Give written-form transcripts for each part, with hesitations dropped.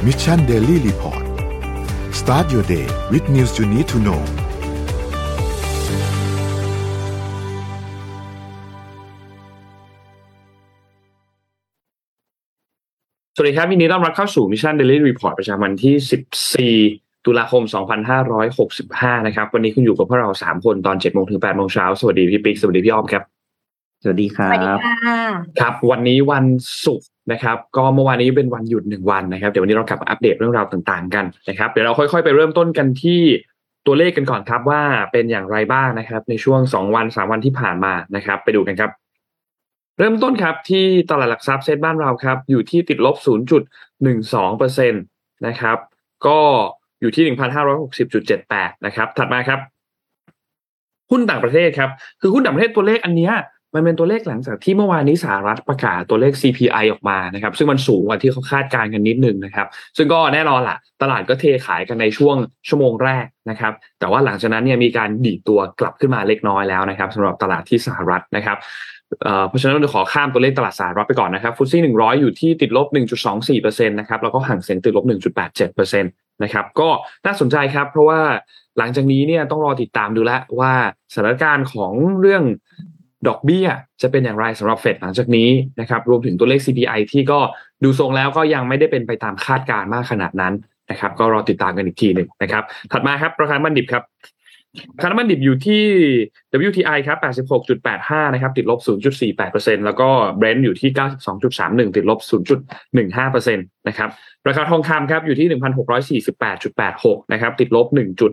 Mission Daily Report Start your day with news you need to know สวัสดีครับวันนี้ต้อนรับเข้าสู่ Mission Daily Report ประจำวันที่14ตุลาคม2565นะครับวันนี้คุณอยู่กับพวกเรา3คนตอน 7:00 นถึง 8:00 นสวัสดีพี่ปิ๊กสวัสดีพี่อ้อมครับสวัสดีครับสวัสดีค่ะครับวันนี้วันศุกร์นะครับก็เมื่อวานนี้เป็นวันหยุด1วันนะครับเดี๋ยววันนี้เรากลับมาอัปเดตเรื่องราวต่างๆกันนะครับเดี๋ยวเราค่อยๆไปเริ่มต้นกันที่ตัวเลขกันก่อนครับว่าเป็นอย่างไรบ้างนะครับในช่วง2วัน3วันที่ผ่านมานะครับไปดูกันครับเริ่มต้นครับที่ตลาดหลักทรัพย์เซ็ตบ้านเราครับอยู่ที่ติดลบ 0.12% นะครับก็อยู่ที่ 1,560.78 นะครับถัดมาครับหุ้นต่างประเทศครับคือหุ้นต่างประเทศตัวเลขอันเนี้ยมันเป็นตัวเลขหลังจากที่เมื่อวานนี้สหรัฐประกาศตัวเลข CPI ออกมานะครับซึ่งมันสูงกว่าที่เขาคาดการณ์กันนิดนึงนะครับซึ่งก็แน่นอนล่ะตลาดก็เทขายกันในช่วงชั่วโมงแรกนะครับแต่ว่าหลังจากนั้นเนี่ยมีการดีดตัวกลับขึ้นมาเล็กน้อยแล้วนะครับสำหรับตลาดที่สหรัฐนะครับเพราะฉะนั้นเราขอข้ามตัวเลขตลาดสหรัฐไปก่อนนะครับฟุตซี่100อยู่ที่ติดลบ 1.24% นะครับแล้วก็ห่างเส็งติดลบ 1.87% นะครับก็น่าสนใจครับเพราะว่าหลังจากนี้เนี่ยต้องรอติดตามดูแลว่าสถานการณ์ของเรื่องดอกเบี้ยจะเป็นอย่างไรสำหรับเฟดหลังจากนี้นะครับรวมถึงตัวเลข CPI ที่ก็ดูทรงแล้วก็ยังไม่ได้เป็นไปตามคาดการณ์มากขนาดนั้นนะครับก็รอติดตามกันอีกทีหนึ่งนะครับถัดมาครับราคาน้ำมันดิบครับราคาน้ำมันดิบอยู่ที่ WTI ครับ 86.85 นะครับติดลบ 0.48% แล้วก็ Brent อยู่ที่ 92.31 ติดลบ 0.15% นะครับราคาทองคำครับอยู่ที่ 1,648.86 นะครับติดลบ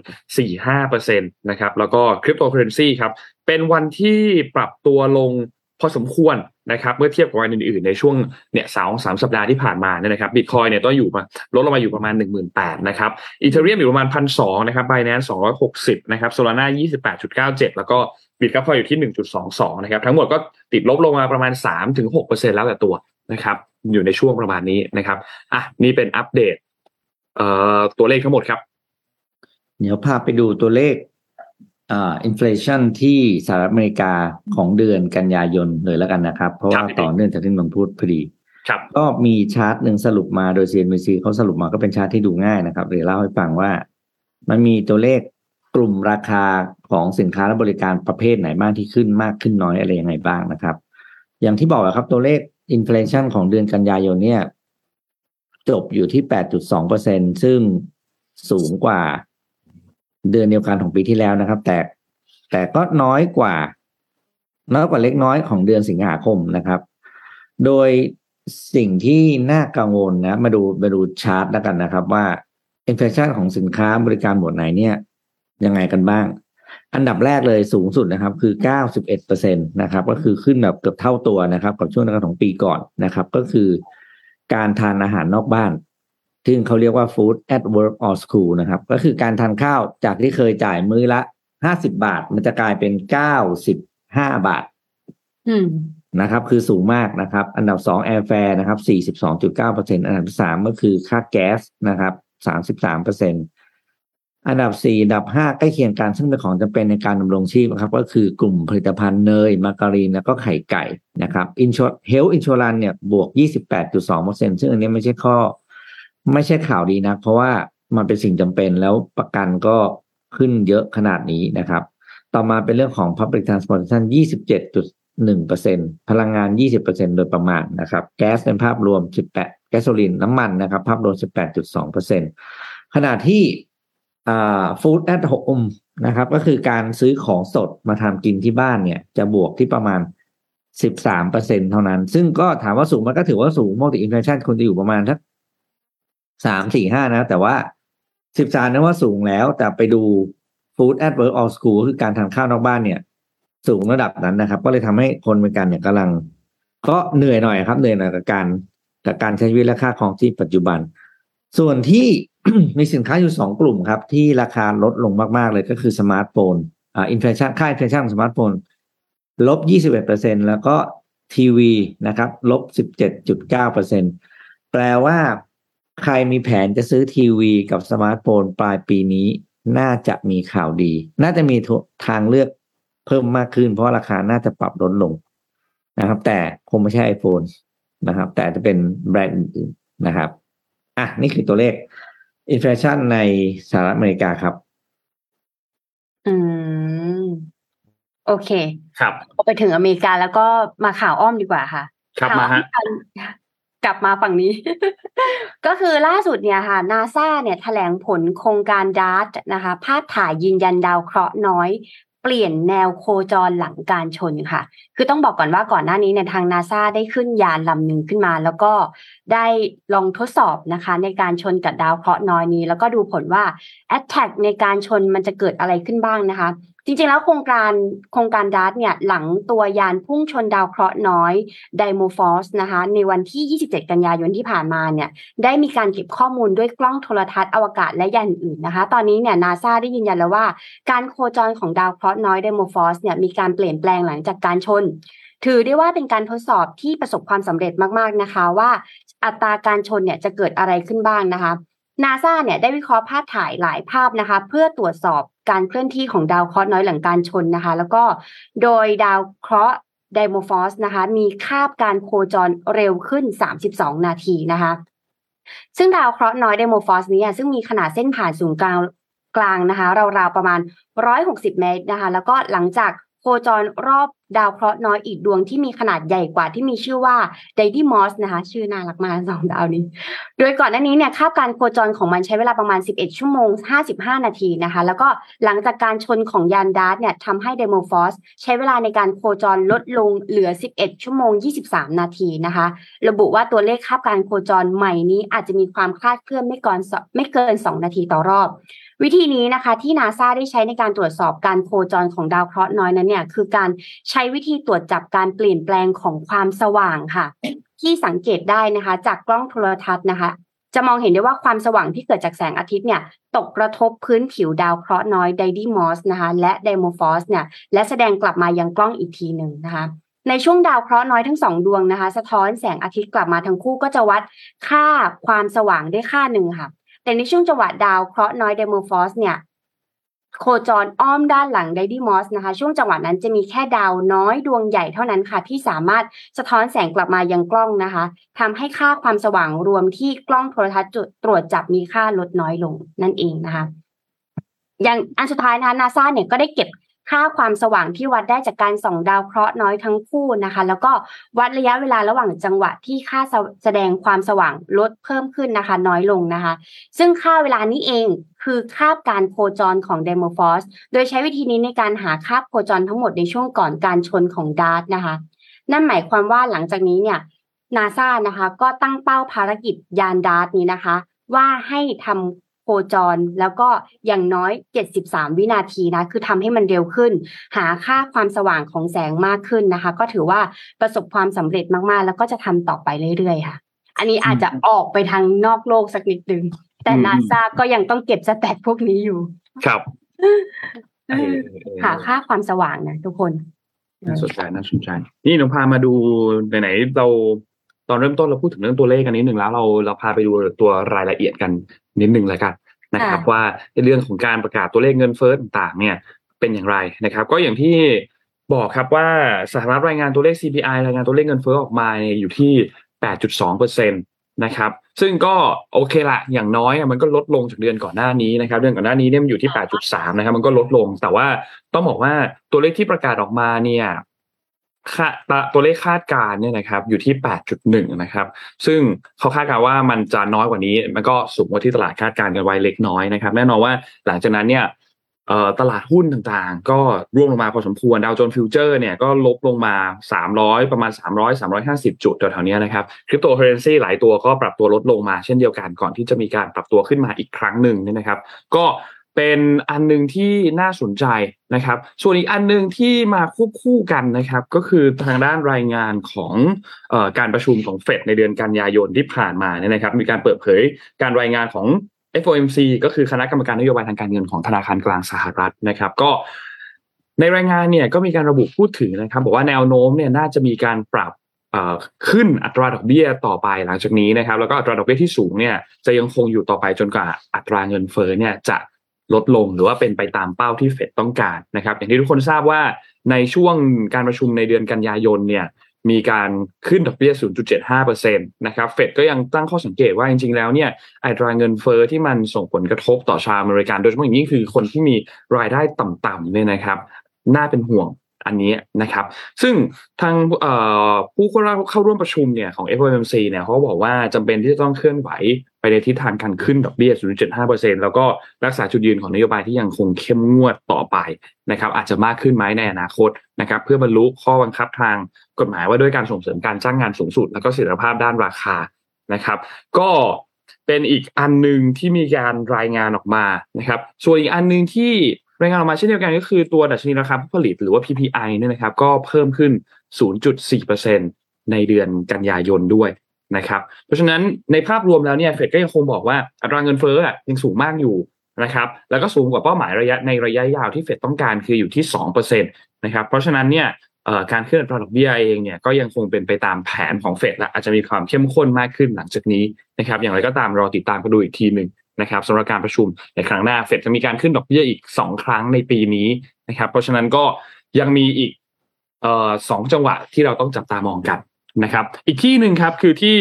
1.45% นะครับแล้วก็คริปโตเคอเรนซีครับเป็นวันที่ปรับตัวลงพอสมควรนะครับเมื่อเทียบกับวันอื่นๆในช่วงเนี่ย2-3 สัปดาห์ที่ผ่านมาเนี่ยนะครับ Bitcoin เนี่ยต้องอยู่มาลดลงมาอยู่ประมาณ 18,000 นะครับ Ethereum อยู่ประมาณ 1,200 นะครับ Binance 260 นะครับ Solana 28.97 แล้วก็ Bitcoin อยู่ที่ 1.22 นะครับทั้งหมดก็ติดลบลงมาประมาณ 3-6% แล้วแต่ตัวนะครับอยู่ในช่วงประมาณนี้นะครับนี่เป็นอัปเดตตัวเลขทั้งหมดครับเดี๋ยวพาไปดูตัวเลขอินเฟลชันที่สหรัฐอเมริกาของเดือนกันยายนเลยแล้วกันนะครับเพราะว่าต่อเนื่องจากที่นนท์พูดพอดีก็มีชาร์ตหนึ่งสรุปมาโดย CNBC เขาสรุปมาก็เป็นชาร์ตที่ดูง่ายนะครับเดี๋ยวเล่าให้ฟังว่ามันมีตัวเลขกลุ่มราคาของสินค้าและบริการประเภทไหนบ้างที่ขึ้นมากขึ้นน้อยอะไรยังไงบ้างนะครับอย่างที่บอกครับตัวเลขอินเฟลชันของเดือนกันยายนเนี่ยจบอยู่ที่ 8.2% ซึ่งสูงกว่าเดือนเดียวกันของปีที่แล้วนะครับแต่ก็น้อยกว่าเล็กน้อยของเดือนสิงหาคมนะครับโดยสิ่งที่น่ากังวลนะมาดูชาร์ตแล้วกันนะครับว่าอินเฟลชันของสินค้าบริการหมวดไหนเนี่ยยังไงกันบ้างอันดับแรกเลยสูงสุดนะครับคือ 91% นะครับก็คือขึ้นแบบเกือบเท่าตัวนะครับกับช่วงของปีก่อนนะครับก็คือการทานอาหารนอกบ้านซึ่งเขาเรียกว่า food at work or school นะครับก็คือการทานข้าวจากที่เคยจ่ายมื้อละ50 บาทมันจะกลายเป็น95 บาทนะครับคือสูงมากนะครับอันดับ2 airfare นะครับ 42.9% อันดับ3ก็คือค่าแก๊สนะครับ 33% อันดับ4อันดับ5ใกล้เคียงกันซึ่งเป็นของจำเป็นในการดำรงชีพนะครับก็คือกลุ่มผลิตภัณฑ์เนยมาการีนแล้วก็ไข่ไก่นะครับ health insurance เนี่ยบวก 28.2% ซึ่งอันนี้ไม่ใช่ข่าวดีนะเพราะว่ามันเป็นสิ่งจำเป็นแล้วประกันก็ขึ้นเยอะขนาดนี้นะครับต่อมาเป็นเรื่องของ public transportation 27.1% พลังงาน 20% โดยประมาณนะครับแก๊สในภาพรวม18แก๊สโซลีนน้ำมันนะครับภาพรวม 18.2% ขณะที่food at home นะครับก็คือการซื้อของสดมาทำกินที่บ้านเนี่ยจะบวกที่ประมาณ 13% เท่านั้นซึ่งก็ถามว่าสูงมันก็ถือว่าสูงปกติอินเฟลชันควรจะอยู่ประมาณสัก3-4-5นะแต่ว่า13นั้นว่าสูงแล้วแต่ไปดู food at work or school คือการทานข้าวนอกบ้านเนี่ยสูงระดับนั้นนะครับก็เลยทำให้คนอเมริกันเนี่ยกำลังก็เหนื่อยหน่อยครับเหนื่อยหน่อยกับการใช้ชีวิตและค่าครองชีพปัจจุบันส่วนที่ มีสินค้าอยู่2กลุ่มครับที่ราคาลดลงมากๆเลยก็คือสมาร์ทโฟนอินเฟลชันค่าอินเฟลชันของสมาร์ทโฟนลบ 21% แล้วก็ทีวีนะครับลบ 17.9% แปลว่าใครมีแผนจะซื้อทีวีกับสมาร์ทโฟนปลายปีนี้น่าจะมีข่าวดีน่าจะมีทางเลือกเพิ่มมากขึ้นเพราะราคาน่าจะปรับลดลงนะครับแต่คงไม่ใช่ iPhone นะครับแต่จะเป็นแบรนด์อื่นๆนะครับนี่คือตัวเลขอินฟลชันในสหรัฐอเมริกาครับโอเคครับไปถึงอเมริกาแล้วก็มาข่าวอ้อมดีกว่าค่ะครับมาฮะกลับมาฝั่งนี้ ก็คือล่าสุดเนี่ยค่ะ NASA เนี่ยแถลงผลโครงการ DART นะคะภาพถ่ายยืนยันดาวเคราะห์น้อยเปลี่ยนแนวโคจรหลังการชนค่ะคือต้องบอกก่อนว่าก่อนหน้านี้เนี่ยทาง NASA ได้ขึ้นยานลำหนึ่งขึ้นมาแล้วก็ได้ลองทดสอบนะคะในการชนกับดาวเคราะห์น้อยนี้แล้วก็ดูผลว่า Attack ในการชนมันจะเกิดอะไรขึ้นบ้างนะคะจริงๆแล้วโครงการ DART เนี่ยหลังตัวยานพุ่งชนดาวเคราะห์น้อย Dimorphos นะคะในวันที่27กันยายนที่ผ่านมาเนี่ยได้มีการเก็บข้อมูลด้วยกล้องโทรทัศน์อวกาศและยานอื่นนะคะตอนนี้เนี่ย NASA ได้ยืนยันแล้วว่าการโคจรของดาวเคราะห์น้อย Dimorphos เนี่ยมีการเปลี่ยนแปลงหลังจากการชนถือได้ว่าเป็นการทดสอบที่ประสบความสำเร็จมากๆนะคะว่าอัตราการชนเนี่ยจะเกิดอะไรขึ้นบ้างนะคะNASA เนี่ยได้วิเคราะห์ภาพถ่ายหลายภาพนะคะเพื่อตรวจสอบการเคลื่อนที่ของดาวเคราะห์น้อยหลังการชนนะคะแล้วก็โดยดาวเคราะห์ Dimorphos นะคะมีคาบการโคจรเร็วขึ้น32นาทีนะคะซึ่งดาวเคราะห์น้อย Dimorphos นี้ซึ่งมีขนาดเส้นผ่านศูนย์กลางนะคะราวๆประมาณ160เมตรนะคะแล้วก็หลังจากโคจรรอบดาวเคราะห์น้อยอีกดวงที่มีขนาดใหญ่กว่าที่มีชื่อว่า Didymos นะคะชื่อน่ารักมาก2ดาวนี้โดยก่อนหน้านี้เนี่ยคาบการโคจรของมันใช้เวลาประมาณ11ชั่วโมง55นาทีนะคะแล้วก็หลังจากการชนของยาน DART เนี่ยทำให้ Dimorphos ใช้เวลาในการโคจรลดลงเหลือ11ชั่วโมง23นาทีนะคะระบุว่าตัวเลขคาบการโคจรใหม่นี้อาจจะมีความคลาดเคลื่อนไม่เกิน2นาทีต่อรอบวิธีนี้นะคะที่ NASA ได้ใช้ในการตรวจสอบการโคจรของดาวเคราะห์น้อยนั้นเนี่ยคือการใช้วิธีตรวจจับการเปลี่ยนแปลงของความสว่างค่ะที่สังเกตได้นะคะจากกล้องโทรทัศน์นะคะจะมองเห็นได้ว่าความสว่างที่เกิดจากแสงอาทิตย์เนี่ยตกกระทบพื้นผิวดาวเคราะห์น้อย Didymos นะคะและ Dimorphos เนี่ยและแสดงกลับมายังกล้องอีกทีหนึ่งนะคะในช่วงดาวเคราะห์น้อยทั้ง2ดวงนะคะสะท้อนแสงอาทิตย์กลับมาทั้งคู่ก็จะวัดค่าความสว่างได้ค่าหนึ่งค่ะแต่ในช่วงจังหวะดาวเคราะห์น้อย Dimorphos เนี่ยโคจรอ้อมด้านหลัง Didymos นะคะช่วงจังหวะนั้นจะมีแค่ดาวน้อยดวงใหญ่เท่านั้นค่ะที่สามารถสะท้อนแสงกลับมายังกล้องนะคะทำให้ค่าความสว่างรวมที่กล้องโทรทัศน์ตรวจจับมีค่าลดน้อยลงนั่นเองนะคะอย่างอันสุดท้ายนะคะ NASA เนี่ยก็ได้เก็บค่าความสว่างที่วัดได้จากการส่องดาวเคราะห์น้อยทั้งคู่นะคะแล้วก็วัดระยะเวลาระหว่างจังหวะที่ค่าแสดงความสว่างลดเพิ่มขึ้นนะคะน้อยลงนะคะซึ่งค่าเวลานี้เองคือคาบการโคจรของ Dimorphos โดยใช้วิธีนี้ในการหาคาบโคจรทั้งหมดในช่วงก่อนการชนของ DART นะคะนั่นหมายความว่าหลังจากนี้เนี่ย NASA นะคะก็ตั้งเป้าภารกิจยาน DART นี้นะคะว่าให้ทำโคจรแล้วก็อย่างน้อย73วินาทีนะคือทำให้มันเร็วขึ้นหาค่าความสว่างของแสงมากขึ้นนะคะก็ถือว่าประสบความสำเร็จมากๆแล้วก็จะทำต่อไปเรื่อยๆค่ะอันนี้อาจจะออกไปทางนอกโลกสักนิดนึงแต่ NASA ก็ยังต้องเก็บสแตทพวกนี้อยู่ครับหาค่าความสว่างนะทุกคนน่าสนใจนี่น้องพามาดูไหนๆเราตอนเริ่มต้นเราพูดถึงเรื่องตัวเลขกันนิดนึงแล้วเราพาไปดูตัวรายละเอียดกันนิดนึงแล้วกันนะครับว่าในเรื่องของการประกาศตัวเลขเงินเฟ้อต่างๆเนี่ยเป็นอย่างไรนะครับก็อย่างที่บอกครับว่าสหรัฐรายงานตัวเลข CPI รายงานตัวเลขเงินเฟ้อออกมาอยู่ที่ 8.2% นะครับซึ่งก็โอเคละอย่างน้อยมันก็ลดลงจากเดือนก่อนหน้านี้นะครับเดือนก่อนหน้านี้เนี่ยมันอยู่ที่ 8.3 นะครับมันก็ลดลงแต่ว่าต้องบอกว่าตัวเลขที่ประกาศออกมาเนี่ยตัวเลขคาดการณ์เนี่ยนะครับอยู่ที่ 8.1 นะครับซึ่งเขาคาดการณ์ว่ามันจะน้อยกว่านี้มันก็สูงกว่าที่ตลาดคาดการณ์กันไว้เล็กน้อยนะครับแน่นอนว่าหลังจากนั้นเนี่ยตลาดหุ้นต่างๆก็ร่วงลงมาพอสมควรดาวโจนส์ฟิวเจอร์เนี่ยก็ลบลงมา300ประมาณ350จุดแถวๆนี้นะครับคริปโตเคอเรนซีหลายตัวก็ปรับตัวลดลงมาเช่นเดียวกันก่อนที่จะมีการปรับตัวขึ้นมาอีกครั้งหนึ่งนะครับก็เป็นอันนึงที่น่าสนใจนะครับส่วนอีกอันนึงที่มาควบคู่กันนะครับก็คือทางด้านรายงานของการประชุมของเฟดในเดือนกันยายนที่ผ่านมาเนี่ยนะครับมีการเปิดเผยการรายงานของ FOMC ก็คือคณะกรรมการนโยบายทางการเงินของธนาคารกลางสหรัฐนะครับก็ในรายงานเนี่ยก็มีการระบุพูดถึงนะครับบอกว่าแนวโน้มเนี่ยน่าจะมีการปรับขึ้นอัตราดอกเบี้ยต่อไปหลังจากนี้นะครับแล้วก็อัตราดอกเบี้ยที่สูงเนี่ยจะยังคงอยู่ต่อไปจนกว่าอัตราเงินเฟ้อเนี่ยจะลดลงหรือว่าเป็นไปตามเป้าที่เฟดต้องการนะครับอย่างที่ทุกคนทราบว่าในช่วงการประชุมในเดือนกันยายนเนี่ยมีการขึ้นดอกเบี้ย 0.75% นะครับเฟดก็ยังตั้งข้อสังเกตว่าจริงๆแล้วเนี่ยอัตราเงินเฟ้อที่มันส่งผลกระทบต่อชาวอเมริกันโดยเฉพาะอย่างยิ่งคือคนที่มีรายได้ต่ำๆเนี่ยนะครับน่าเป็นห่วงอันนี้นะครับซึ่งทางผู้เข้าร่วมประชุมเนี่ยของ FOMC เนี่ยเขาบอกว่าจำเป็นที่จะต้องเคลื่อนไหวไปในทิศทางการขึ้นดอกเบี้ย 0.75% แล้วก็รักษาจุดยืนของนโยบายที่ยังคงเข้มงวดต่อไปนะครับอาจจะมากขึ้นไหมในอนาคตนะครับเพื่อบรรลุข้อบังคับทางกฎหมายว่าด้วยการส่งเสริมการจ้างงานสูงสุดแล้วก็เสถียรภาพด้านราคานะครับก็เป็นอีกอันนึงที่มีการรายงานออกมานะครับส่วนอีกอันนึงที่รายงานออกมาเช่นเดียวกันก็คือตัวดัชนีราคาผู้ผลิตหรือว่า PPI เนี่ยนะครับก็เพิ่มขึ้น 0.4% ในเดือนกันยายนด้วยนะครับเพราะฉะนั้นในภาพรวมแล้วเนี่ยเฟดก็ยังคงบอกว่าอัตราเงินเฟ้อยังสูงมากอยู่นะครับแล้วก็สูงกว่าเป้าหมายในระยะยาวที่เฟดต้องการคืออยู่ที่ 2% นะครับเพราะฉะนั้นเนี่ยการขึ้นอัตราดอกเบี้ยเองเนี่ยก็ยังคงเป็นไปตามแผนของเฟดและอาจจะมีความเข้มข้นมากขึ้นหลังจากนี้นะครับอย่างไรก็ตามรอติดตามกันดูอีกทีนึงนะครับสำหรับการประชุมในครั้งหน้าเฟดจะมีการขึ้นดอกเบี้ยอีก2ครั้งในปีนี้นะครับเพราะฉะนั้นก็ยังมีอีก2จังหวะที่เราต้องจับตามองกันนะครับอีกที่นึงครับคือที่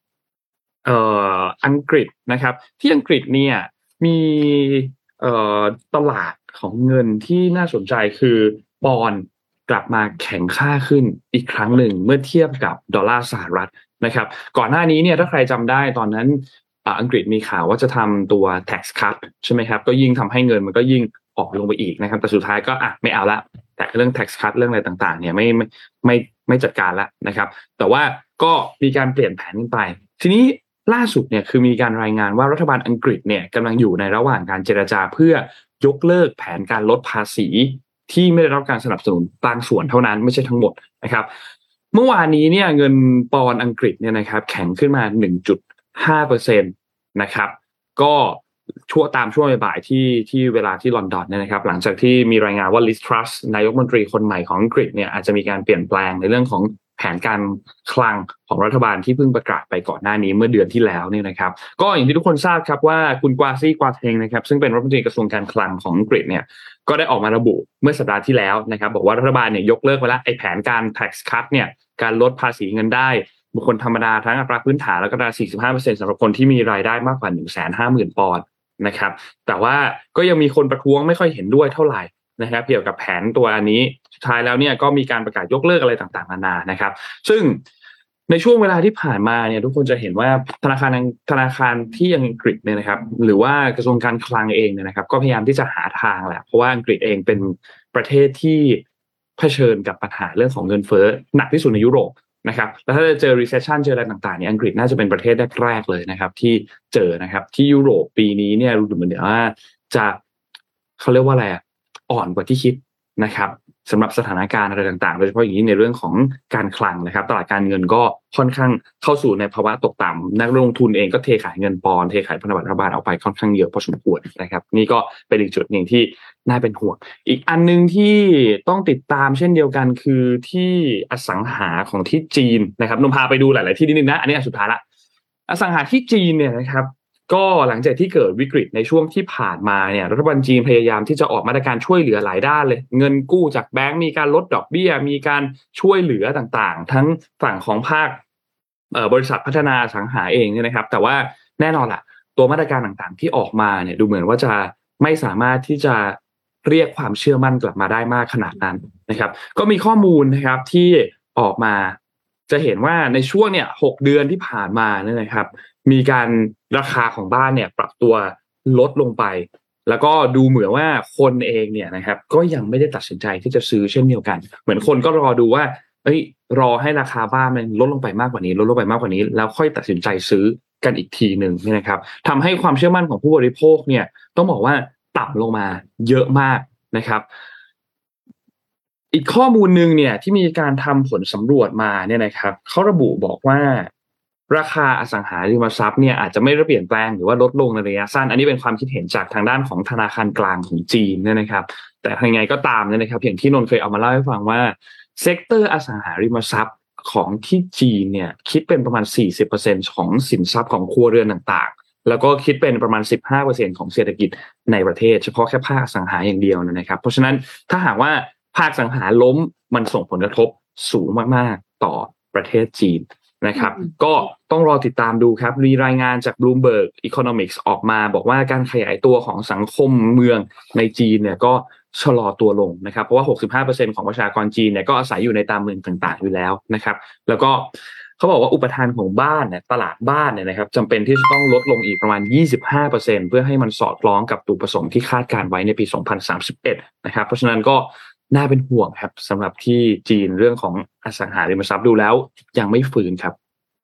อังกฤษนะครับที่อังกฤษเนี่ยมีตลาดของเงินที่น่าสนใจคือปอนด์กลับมาแข็งค่าขึ้นอีกครั้งหนึ่งเมื่อเทียบกับดอลลาร์สหรัฐนะครับก่อนหน้านี้เนี่ยถ้าใครจำได้ตอนนั้นอังกฤษมีข่าวว่าจะทำตัว tax cut ใช่ไหมครับก็ยิ่งทำให้เงินมันก็ยิ่งออกลงไปอีกนะครับแต่สุดท้ายก็ไม่เอาละแต่เรื่อง tax cut เรื่องอะไรต่างๆเนี่ยไม่จัดการละนะครับแต่ว่าก็มีการเปลี่ยนแผนกันไปทีนี้ล่าสุดเนี่ยคือมีการรายงานว่ารัฐบาลอังกฤษเนี่ยกำลังอยู่ในระหว่างการเจรจาเพื่อยกเลิกแผนการลดภาษีที่ไม่ได้รับการสนับสนุนบางส่วนเท่านั้นไม่ใช่ทั้งหมดนะครับเมื่อวานนี้เนี่ยเงินปอนด์อังกฤษเนี่ยนะครับแข็งขึ้นมา 1.5% นะครับก็ตามช่วงบ่ายที่เวลาที่ลอนดอนเนี่ยนะครับหลังจากที่มีรายงานว่าลิสทรัสนายกรัฐมนตรีคนใหม่ของอังกฤษเนี่ยอาจจะมีการเปลี่ยนแปลงในเรื่องของแผนการคลังของรัฐบาลที่เพิ่งประกาศไปก่อนหน้านี้เมื่อเดือนที่แล้วเนี่ยนะครับก็อย่างที่ทุกคนทราบครับว่าคุณกวาเทงนะครับซึ่งเป็นรัฐมนตรีกระทรวงการคลังของอังกฤษเนี่ยก็ได้ออกมาระบุเมื่อสัปดาห์ที่แล้วนะครับบอกว่ารัฐบาลเนี่ยยกเลิกไปแล้วไอ้แผนการ tax cut เนี่ยการลดภาษีเงินได้บุคคลธรรมดาทั้งอัตราพื้นฐานแล้วก็อัตรา 45% สำหรับคนที่มีรายได้มากกว่า 150,000 ปอนด์นะครับแต่ว่าก็ยังมีคนประท้วงไม่ค่อยเห็นด้วยเท่าไหร่นะครับเกี่ยวกับแผนตัวอันนี้สุดท้ายแล้วเนี่ยก็มีการประกาศยกเลิกอะไรต่างๆนานานะครับซึ่งในช่วงเวลาที่ผ่านมาเนี่ยทุกคนจะเห็นว่าธนาคารที่อังกฤษเนี่ยนะครับหรือว่ากระทรวงการคลังเองเนี่ยนะครับก็พยายามที่จะหาทางแหละเพราะว่าอังกฤษเองเป็นประเทศที่เผชิญกับปัญหาเรื่องของเงินเฟ้อหนักที่สุดในยุโรปนะครับแล้วถ้าจะเจอ recession เจออะไรต่างๆเนี่ยอังกฤษน่าจะเป็นประเทศแรกๆเลยนะครับที่เจอนะครับที่ยุโรปปีนี้เนี่ยรู้เหมือนว่าจะเขาเรียกว่าอะไรอ่อนกว่าที่คิดนะครับสำหรับสถานการณ์อะไรต่างๆโดยเฉพาะอย่างนี้ในเรื่องของการคลังนะครับตลาดการเงินก็ค่อนข้างเข้าสู่ในภาวะตกต่ำนักลงทุนเองก็เทขายเงินปอนด์เทขายพันธบัตรรัฐบาลออกไปค่อนข้างเยอะพอสมควรนะครับนี่ก็เป็นอีกจุดหนึ่งที่น่าเป็นห่วงอีกอันนึงที่ต้องติดตามเช่นเดียวกันคือที่อสังหาของที่จีนนะครับนมพาไปดูหลายๆที่นิดนึงนะอันนี้สุดท้ายละอสังหาที่จีนเนี่ยนะครับก็หลังจากที่เกิดวิกฤตในช่วงที่ผ่านมาเนี่ยรัฐบาลจีนพยายามที่จะออกมาตรการช่วยเหลือหลายด้านเลยเงินกู้จากแบงก์มีการลดดอกเบี้ยมีการช่วยเหลือต่างๆทั้งฝั่งของภาคบริษัทพัฒนาอสังหาเองเนี่ยนะครับแต่ว่าแน่นอนล่ะตัวมาตรการต่างๆที่ออกมาเนี่ยดูเหมือนว่าจะไม่สามารถที่จะเรียกความเชื่อมั่นกลับมาได้มากขนาดนั้นนะครับก็มีข้อมูลนะครับที่ออกมาจะเห็นว่าในช่วงเนี่ย6 เดือนที่ผ่านมาเนี่ยนะครับมีการราคาของบ้านเนี่ยปรับตัวลดลงไปแล้วก็ดูเหมือนว่าคนเองเนี่ยนะครับก็ยังไม่ได้ตัดสินใจที่จะซื้อเช่นเดียวกันเหมือนคนก็รอดูว่ารอให้ราคาบ้านมันลดลงไปมากกว่านี้แล้วค่อยตัดสินใจซื้อกันอีกทีนึงนี่นะครับทำให้ความเชื่อมั่นของผู้บริโภคเนี่ยต้องบอกว่าต่ำลงมาเยอะมากนะครับอีกข้อมูลนึงเนี่ยที่มีการทำผลสำรวจมาเนี่ยนะครับเขาระบุบอกว่าราคาอสังหาริมทรัพย์เนี่ยอาจจะไม่ได้เปลี่ยนแปลงหรือว่าลดลงในระยะสั้นอันนี้เป็นความคิดเห็นจากทางด้านของธนาคารกลางของจีนเนี่ยนะครับแต่ยังไงก็ตามเนี่ยนะครับอย่างที่นนท์เคยเอามาเล่าให้ฟังว่าเซกเตอร์อสังหาริมทรัพย์ของที่จีนเนี่ยคิดเป็นประมาณ 40% ของสินทรัพย์ของครัวเรือนต่างๆแล้วก็คิดเป็นประมาณ 15% ของเศรษฐกิจในประเทศเฉพาะแค่ภาคอสังหาอย่างเดียวนะครับเพราะฉะนั้นถ้าหากว่าภาคอสังหาล้มมันส่งผลกระทบสูงมากๆต่อประเทศจีนนะครับก็ต้องรอติดตามดูครับมีรายงานจาก Bloomberg Economics ออกมาบอกว่าการขยายตัวของสังคมเมืองในจีนเนี่ยก็ชะลอตัวลงนะครับเพราะว่า 65% ของประชากรจีนเนี่ยก็อาศัยอยู่ในตามเมืองต่างๆอยู่แล้วนะครับแล้วก็เขาบอกว่าอุปทานของบ้านเนี่ยตลาดบ้านเนี่ยนะครับจำเป็นที่จะต้องลดลงอีกประมาณ 25% เพื่อให้มันสอดคล้องกับตัวผสมที่คาดการไว้ในปี 2031 นะครับเพราะฉะนั้นก็น่าเป็นห่วงครับสำหรับที่จีนเรื่องของอสังหาริมทรัพย์ดูแล้วยังไม่ฟื้นครับ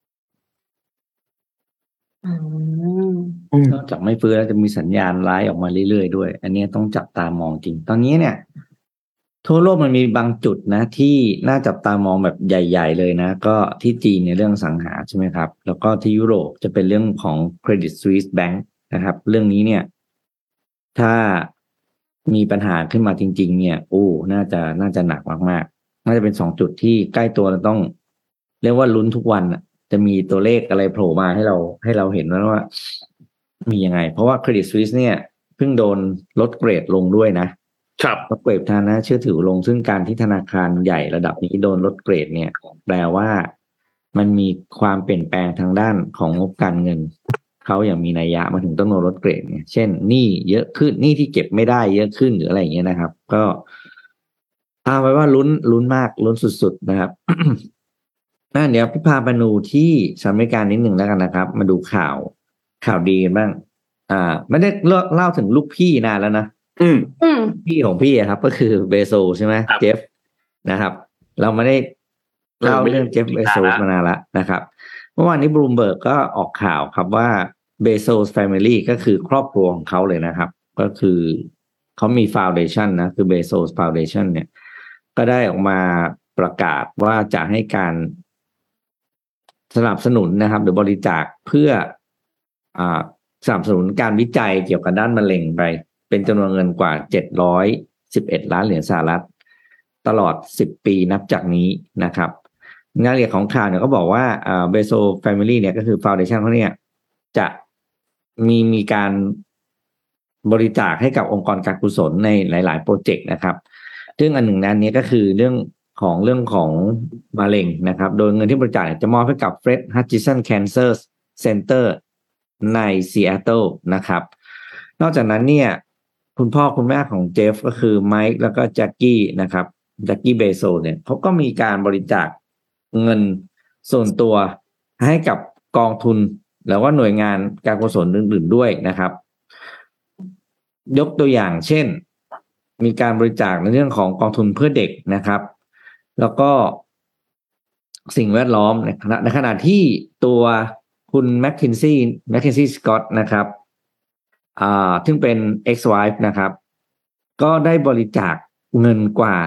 นอกจากไม่ฟื้นแล้วจะมีสัญญาณร้ายออกมาเรื่อยๆด้วยอันนี้ต้องจับตามองจริงตอนนี้เนี่ยทั่วโลกมันมีบางจุดนะที่น่าจับตามองแบบใหญ่ๆเลยนะก็ที่จีนในเรื่องสังหาใช่ไหมครับแล้วก็ที่ยุโรปจะเป็นเรื่องของ Credit Suisse Bank นะครับเรื่องนี้เนี่ยถ้ามีปัญหาขึ้นมาจริงๆเนี่ยน่าจะหนักมากๆน่าจะเป็น2จุดที่ใกล้ตัวเราต้องเรียกว่าลุ้นทุกวันจะมีตัวเลขอะไรโผล่มาให้เราเห็นว่ามียังไงเพราะว่า Credit Suisse เนี่ยเพิ่งโดนลดเกรดลงด้วยนะครับลดเกรดฐานะเชื่อถือลงซึ่งการที่ธนาคารใหญ่ระดับนี้โดนลดเกรดเนี่ยแปลว่ามันมีความเปลี่ยนแปลงทางด้านของงบการเงินเขาอย่างมีนัยยะมาถึงต้องโดนลดเกรดเนี่ยเช่นหนี้เยอะขึ้นหนี้ที่เก็บไม่ได้เยอะขึ้นหรืออะไรอย่างเงี้ยนะครับก็เอาไว้ว่าลุ้นมากลุ้นสุดๆนะครับ เดี๋ยวพี่พาไปดูที่สหรัฐอเมริกานิดหนึ่งแล้วกันนะครับมาดูข่าวดีกันบ้างไม่ได้เล่าถึงลูกพี่นานแล้วนะพี่ของพี่ครับก็คือเบโซใช่ไหมเจฟนะครับเราไม่ได้เล่าเรื่องเจฟเบโซมานานละนะครับเมื่อวานนี้บลูมเบิร์กก็ออกข่าวครับว่าเบโซสแฟมิลี่ก็คือครอบครัวของเขาเลยนะครับก็คือเขามีฟาวเดชั่นนะคือเบโซฟาวเดชั่นเนี่ยก็ได้ออกมาประกาศว่าจะให้การสนับสนุนนะครับหรือบริจาคเพื่อสนับสนุนการวิจัยเกี่ยวกับด้านมะเร็งไปเป็นจำนวนเงินกว่า711ล้านเหรียญสหรัฐตลอด10ปีนับจากนี้นะครับงานละเอียดของข่าวเนี่ยก็บอกว่าเบโซแฟมิลี่เนี่ยก็คือฟาวเดชั่นเขาเนี่ยจะมีการบริจาคให้กับองค์กรการกุศลในหลายๆโปรเจกต์นะครับซึ่งอันหนึ่งนั้นนี้ก็คือเรื่องของมะเร็งนะครับโดยเงินที่บริจาคจะมอบให้กับ Fred Hutchinson Cancer Center ในซีแอตเทิลนะครับนอกจากนั้นเนี่ยคุณพ่อคุณแม่ของเจฟก็คือไมค์แล้วก็แจ็คกี้นะครับแจ็คกี้เบโซเนี่ยเขาก็มีการบริจาคเงินส่วนตัวให้กับกองทุนแล้วว่าหน่วยงานการกุศลอื่นๆด้วยนะครับยกตัวอย่างเช่นมีการบริจาคในเรื่องของกองทุนเพื่อเด็กนะครับแล้วก็สิ่งแวดล้อมในขณะที่ตัวคุณแมคคินซี่สกอตนะครับซึ่งเป็น ex-wife นะครับก็ได้บริจาคเงินกว่า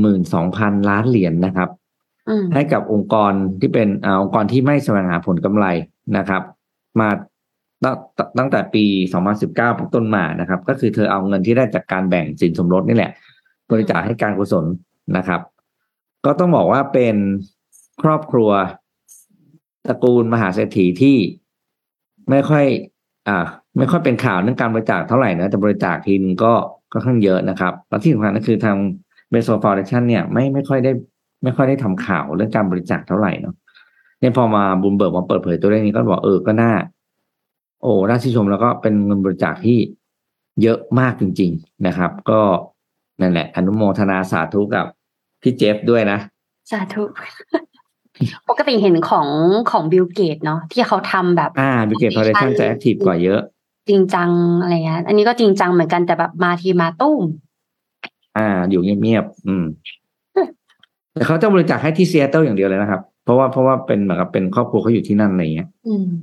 12,000 ล้านเหรียญนะครับให้กับองค์กรที่เป็นองค์กรที่ไม่แสวงหาผลกำไรนะครับมาตั้งแต่ปี2019เป็นต้นมานะครับก็คือเธอเอาเงินที่ได้จากการแบ่งสินสมรสนี่แหละบริจาคให้การกุศลนะครับก็ต้องบอกว่าเป็นครอบครัวตระกูลมหาเศรษฐีที่ไม่ค่อยเป็นข่าวเรื่องการบริจาคเท่าไหร่นะแต่บริจาคทีนึงก็ค่อนข้างเยอะนะครับแล้วที่สำคัญก็คือทางเบโซฟาวเดชั่นเนี่ยไม่ค่อยได้ทำข่าวเรื่องการบริจาคเท่าไหร่เนาะเนี่ยพอมาบูมเบิร์กมาเปิดเผยตัวเลขนี้ก็บอกก็น่าชื่นชมแล้วก็เป็นเงินบริจาคที่เยอะมากจริงๆนะครับก็นั่นแหละอนุโมทนาสาธุกับพี่เจฟด้วยนะสาธุปกติเห็นของบิลเกตเนาะที่เขาทำแบบบิลเกตฟาวเดชั่นจะแอคทีฟกว่าเยอะจริงจังอะไรเงี้ยอันนี้ก็จริงจังเหมือนกันแต่แบบมาทีมาตุ้มอยู่เงียบๆแต่เขาจะบริจาคให้ที่ซีแอตเทิลอย่างเดียวเลยนะครับเพราะว่าเป็นเหมือนกับเป็นครอบครัวเขาอยู่ที่นั่นอะไรเงี้ย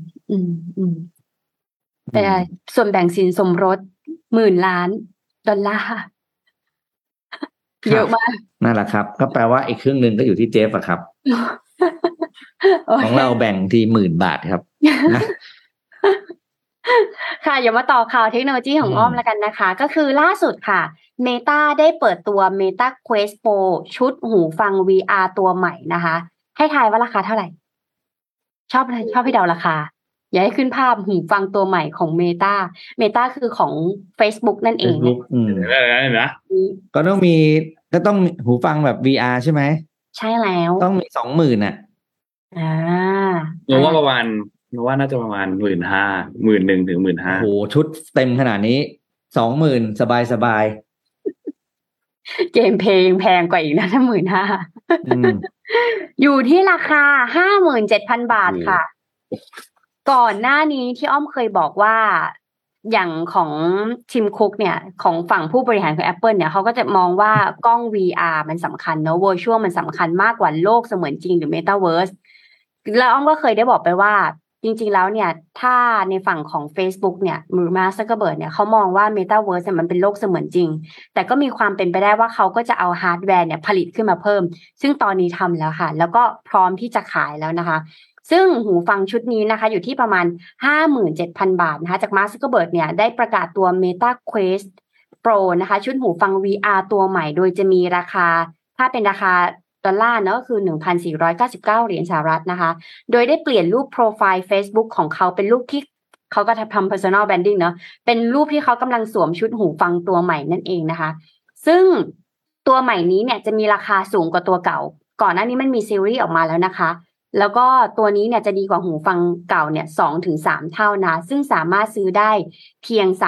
แต่ส่วนแบ่งสินสมรส10,000 ล้านดอลลาร์เยอะมากนั่นแหละครับก็แปลว่าอีกครึ่งนึงก็อยู่ที่เจฟอะครับของเราแบ่งที่10,000 บาทครับค่ะอย่ามาต่อข่าวเทคโนโลยีของอ้อมแล้วกันนะคะก็คือล่าสุดค่ะ Meta ได้เปิดตัว Meta Quest Pro ชุดหูฟัง VR ตัวใหม่นะคะให้ทายว่าราคาเท่าไหร่ชอบให้เดาราคาอย่าให้ขึ้นภาพหูฟังตัวใหม่ของ Meta คือของ Facebook นั่นเองนะก็ต้องหูฟังแบบ VR ใช่ไหมใช่แล้วต้องมี 20,000 น่ะอ่าหนูว่าประมาณหนูว่าน่าจะประมาณ15,000 ถึง 15,000 โอ้โหชุดเต็มขนาดนี้20,000สบายสบายเกมเพลงแพงกว่าอีกนะถ้า15,000อยู่ที่ราคา 57,000 บาทค่ะก่อนหน้านี้ที่อ้อมเคยบอกว่าอย่างของทีมคุกเนี่ยของฝั่งผู้บริหารของ Apple เนี่ยเขาก็จะมองว่ากล้อง VR มันสำคัญเนอะ Virtual มันสำคัญมากกว่าโลกเสมือนจริงหรือ Metaverse แล้วอ้อมก็เคยได้บอกไปว่าจริงๆแล้วเนี่ยถ้าในฝั่งของ Facebook เนี่ยมาร์ค ซักเคอร์เบิร์กเนี่ยเขามองว่า Metaverse เนี่ยมันเป็นโลกเสมือนจริงแต่ก็มีความเป็นไปได้ว่าเขาก็จะเอาฮาร์ดแวร์เนี่ยผลิตขึ้นมาเพิ่มซึ่งตอนนี้ทำแล้วค่ะแล้วก็พร้อมที่จะขายแล้วนะคะซึ่งหูฟังชุดนี้นะคะอยู่ที่ประมาณ 57,000 บาทนะคะจากมาร์ค ซักเคอร์เบิร์กเนี่ยได้ประกาศตัว Meta Quest Pro นะคะชุดหูฟัง VR ตัวใหม่โดยจะมีราคาถ้าเป็นราคาดอลลาร์เนาะก็คือ 1,499 เหรียญสหรัฐนะคะโดยได้เปลี่ยนรูปโปรไฟล์ Facebook ของเขาเป็นรูปที่เขาก็ทำ personal branding เนาะเป็นรูปที่เขากำลังสวมชุดหูฟังตัวใหม่นั่นเองนะคะซึ่งตัวใหม่นี้เนี่ยจะมีราคาสูงกว่าตัวเก่าก่อนหน้านี้มันมีซีรีส์ออกมาแล้วนะคะแล้วก็ตัวนี้เนี่ยจะดีกว่าหูฟังเก่าเนี่ย 2-3 เท่านะซึ่งสามารถซื้อได้เพียง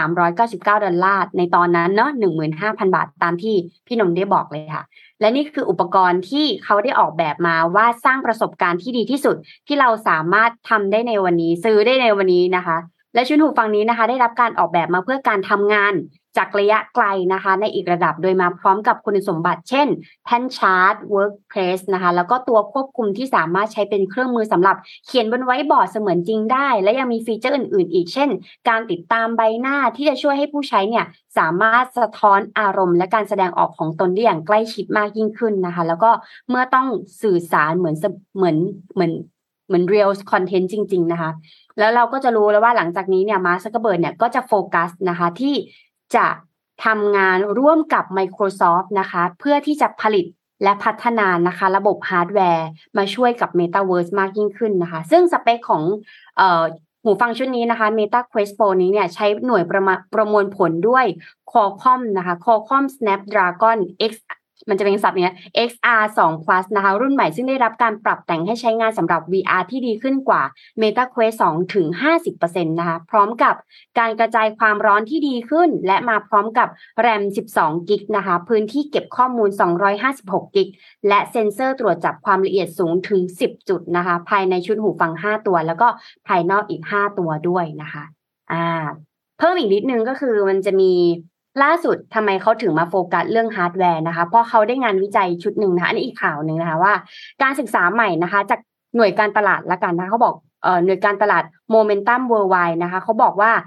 $399ในตอนนั้นเนาะ 15,000 บาทตามที่พี่นนท์ได้บอกเลยค่ะและนี่คืออุปกรณ์ที่เขาได้ออกแบบมาว่าสร้างประสบการณ์ที่ดีที่สุดที่เราสามารถทำได้ในวันนี้ซื้อได้ในวันนี้นะคะและชุดหูฟังนี้นะคะได้รับการออกแบบมาเพื่อการทำงานจากระยะไกลนะคะในอีกระดับโดยมาพร้อมกับคุณสมบัติเช่นแท่นชาร์จ Workplace นะคะแล้วก็ตัวควบคุมที่สามารถใช้เป็นเครื่องมือสำหรับเขียนบนไวท์บอร์ดเสมือนจริงได้และยังมีฟีเจอร์อื่นๆอีกเช่นการติดตามใบหน้าที่จะช่วยให้ผู้ใช้เนี่ยสามารถสะท้อนอารมณ์และการแสดงออกของตนได้อย่างใกล้ชิดมากยิ่งขึ้นนะคะแล้วก็เมื่อต้องสื่อสารเหมือน real content จริงๆนะคะแล้วเราก็จะรู้แล้วว่าหลังจากนี้เนี่ยมาร์ค ซักเคอร์เบิร์กเนี่ยก็จะโฟกัสนะคะที่จะทำงานร่วมกับ Microsoft นะคะเพื่อที่จะผลิตและพัฒนานะคะระบบฮาร์ดแวร์มาช่วยกับ Metaverse มากยิ่งขึ้นนะคะซึ่งสเปคของหูฟังชุดนี้นะคะ Meta Quest Pro นี้เนี่ยใช้หน่วยประมวลผลด้วย Qualcomm นะคะ Qualcomm Snapdragon X มันจะเป็นศัพท์เนี้ย XR2 Plus นะคะรุ่นใหม่ซึ่งได้รับการปรับแต่งให้ใช้งานสำหรับ VR ที่ดีขึ้นกว่า Meta Quest 2 ถึง 50% นะคะพร้อมกับการกระจายความร้อนที่ดีขึ้นและมาพร้อมกับ RAM 12 กิกนะคะพื้นที่เก็บข้อมูล256 กิกและเซ็นเซอร์ตรวจจับความละเอียดสูงถึง10 จุดนะคะภายในชุดหูฟัง5ตัวแล้วก็ภายนอกอีก5ตัวด้วยนะคะเพิ่มอีกนิดนึงก็คือมันจะมีล่าสุดทำไมเขาถึงมาโฟกัสเรื่องฮาร์ดแวร์นะคะเพราะเขาได้งานวิจัยชุดหนึ่งนะคะอันนี้อีกข่าวหนึ่งนะคะว่าการศึกษาใหม่นะคะจากหน่วยการตลาดละกันนะคะเขาบอกหน่วยการตลาด Momentum Worldwide นะคะเขาบอกว่า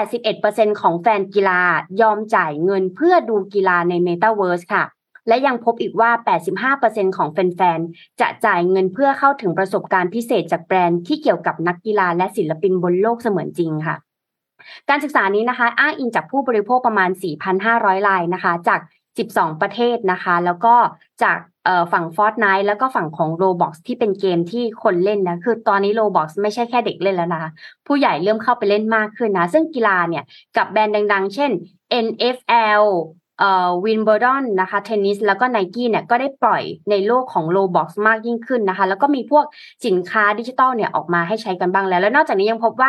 81% ของแฟนกีฬายอมจ่ายเงินเพื่อดูกีฬาใน Metaverse ค่ะและยังพบอีกว่า 85% ของแฟนๆจะจ่ายเงินเพื่อเข้าถึงประสบการณ์พิเศษจากแบรนด์ที่เกี่ยวกับนักกีฬาและศิลปินบนโลกเสมือนจริงค่ะการศึกษานี้นะคะอ้างอิงจากผู้บริโภคประมาณ 4,500 รายนะคะจาก12ประเทศนะคะแล้วก็จากฝั่ง Fortnite แล้วก็ฝั่งของ Roblox ที่เป็นเกมที่คนเล่นนะคือตอนนี้ Roblox ไม่ใช่แค่เด็กเล่นแล้วนะคะผู้ใหญ่เริ่มเข้าไปเล่นมากขึ้นนะซึ่งกีฬาเนี่ยกับแบรนด์ดังๆเช่น NFL Wimbledon นะคะเทนนิสแล้วก็ Nike เนี่ยก็ได้ปล่อยในโลกของ Roblox มากยิ่งขึ้นนะคะแล้วก็มีพวกสินค้าดิจิทัลเนี่ยออกมาให้ใช้กันบ้างแล้วนอกจากนี้ยังพบว่า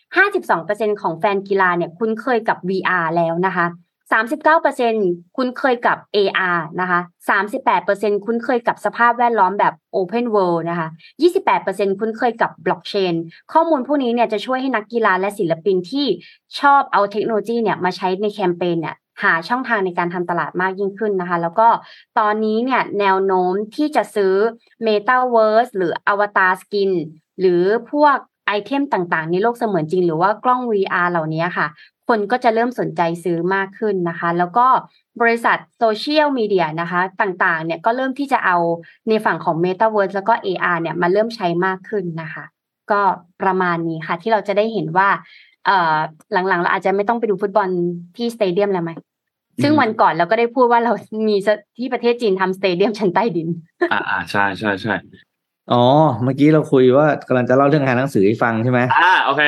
52% ของแฟนกีฬาเนี่ยคุ้นเคยกับ VR แล้วนะคะ 39% คุ้นเคยกับ AR นะคะ 38% คุ้นเคยกับสภาพแวดล้อมแบบ Open World นะคะ 28% คุ้นเคยกับ Blockchain ข้อมูลพวกนี้เนี่ยจะช่วยให้นักกีฬาและศิลปินที่ชอบเอาเทคโนโลยีเนี่ยมาใช้ในแคมเปญเนี่ยหาช่องทางในการทำตลาดมากยิ่งขึ้นนะคะแล้วก็ตอนนี้เนี่ยแนวโน้มที่จะซื้อ Metaverse หรือ Avatar Skin หรือพวกไอเทมต่างๆในโลกเสมือนจริงหรือว่ากล้อง VR เหล่านี้ค่ะคนก็จะเริ่มสนใจซื้อมากขึ้นนะคะแล้วก็บริษัทโซเชียลมีเดียนะคะต่างๆเนี่ยก็เริ่มที่จะเอาในฝั่งของ Metaverse แล้วก็ AR เนี่ยมาเริ่มใช้มากขึ้นนะคะก็ประมาณนี้ค่ะที่เราจะได้เห็นว่าหลังๆเราอาจจะไม่ต้องไปดูฟุตบอลที่สเตเดียมแล้วไหมซึ่งวันก่อนเราก็ได้พูดว่าเรามีที่ประเทศจีนทำสเตเดียมชั้นใต้ดินใช่ใช่ใช่อ๋อเมื่อกี้เราคุยว่ากำลังจะเล่าเรื่องงานหนังสือให้ฟังใช่ไหมโอเค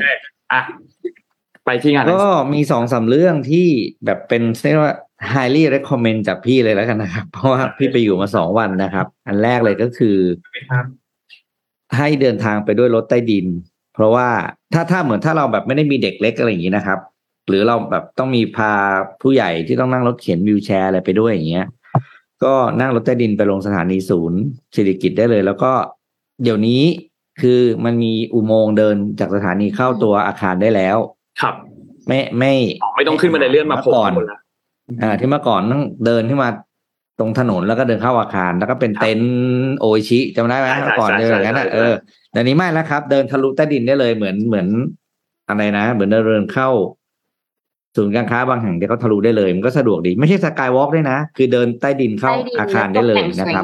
ไปที่งานก็มี 2-3 เรื่องที่แบบเป็นเรียกว่า highly recommend จากพี่เลยแล้วกันนะครับเพราะว่าพี่ไปอยู่มา2 วันนะครับอันแรกเลยก็คือให้เดินทางไปด้วยรถใต้ดินเพราะว่าถ้าเหมือนถ้าเราแบบไม่ได้มีเด็กเล็กอะไรอย่างนี้นะครับหรือเราแบบต้องมีพาผู้ใหญ่ที่ต้องนั่งรถเข็นวีลแชร์อะไรไปด้วยอย่างเงี้ยก็นั่งรถใต้ดินไปลงสถานีศูนย์เศรษฐกิจได้เลยแล้วก็เดี๋ยวนี้คือมันมีอุโมงค์เดินจากสถานีเข้าตัวอาคารได้แล้วครับไม่ต้องขึ้นบันไดเลื่อนมาก่อนที่เมื่อก่อนต้องเดินขึ้นมาตรงถนนแล้วก็เดินเข้าอาคารแล้วก็เป็นเต็นท์โออิชิจำได้ไหมก่อนเดินอย่างนั้นเดี๋ยวนี้ไม่แล้วครับเดินทะลุใต้ดินได้เลยเหมือนอะไรนะเหมือนเดินเข้าศูนย์การค้าบางแห่งที่เขาทะลุได้เลยมันก็สะดวกดีไม่ใช่สกายวอล์กด้วยนะคือเดินใต้ดินเข้าอาคารได้เลยนะครับ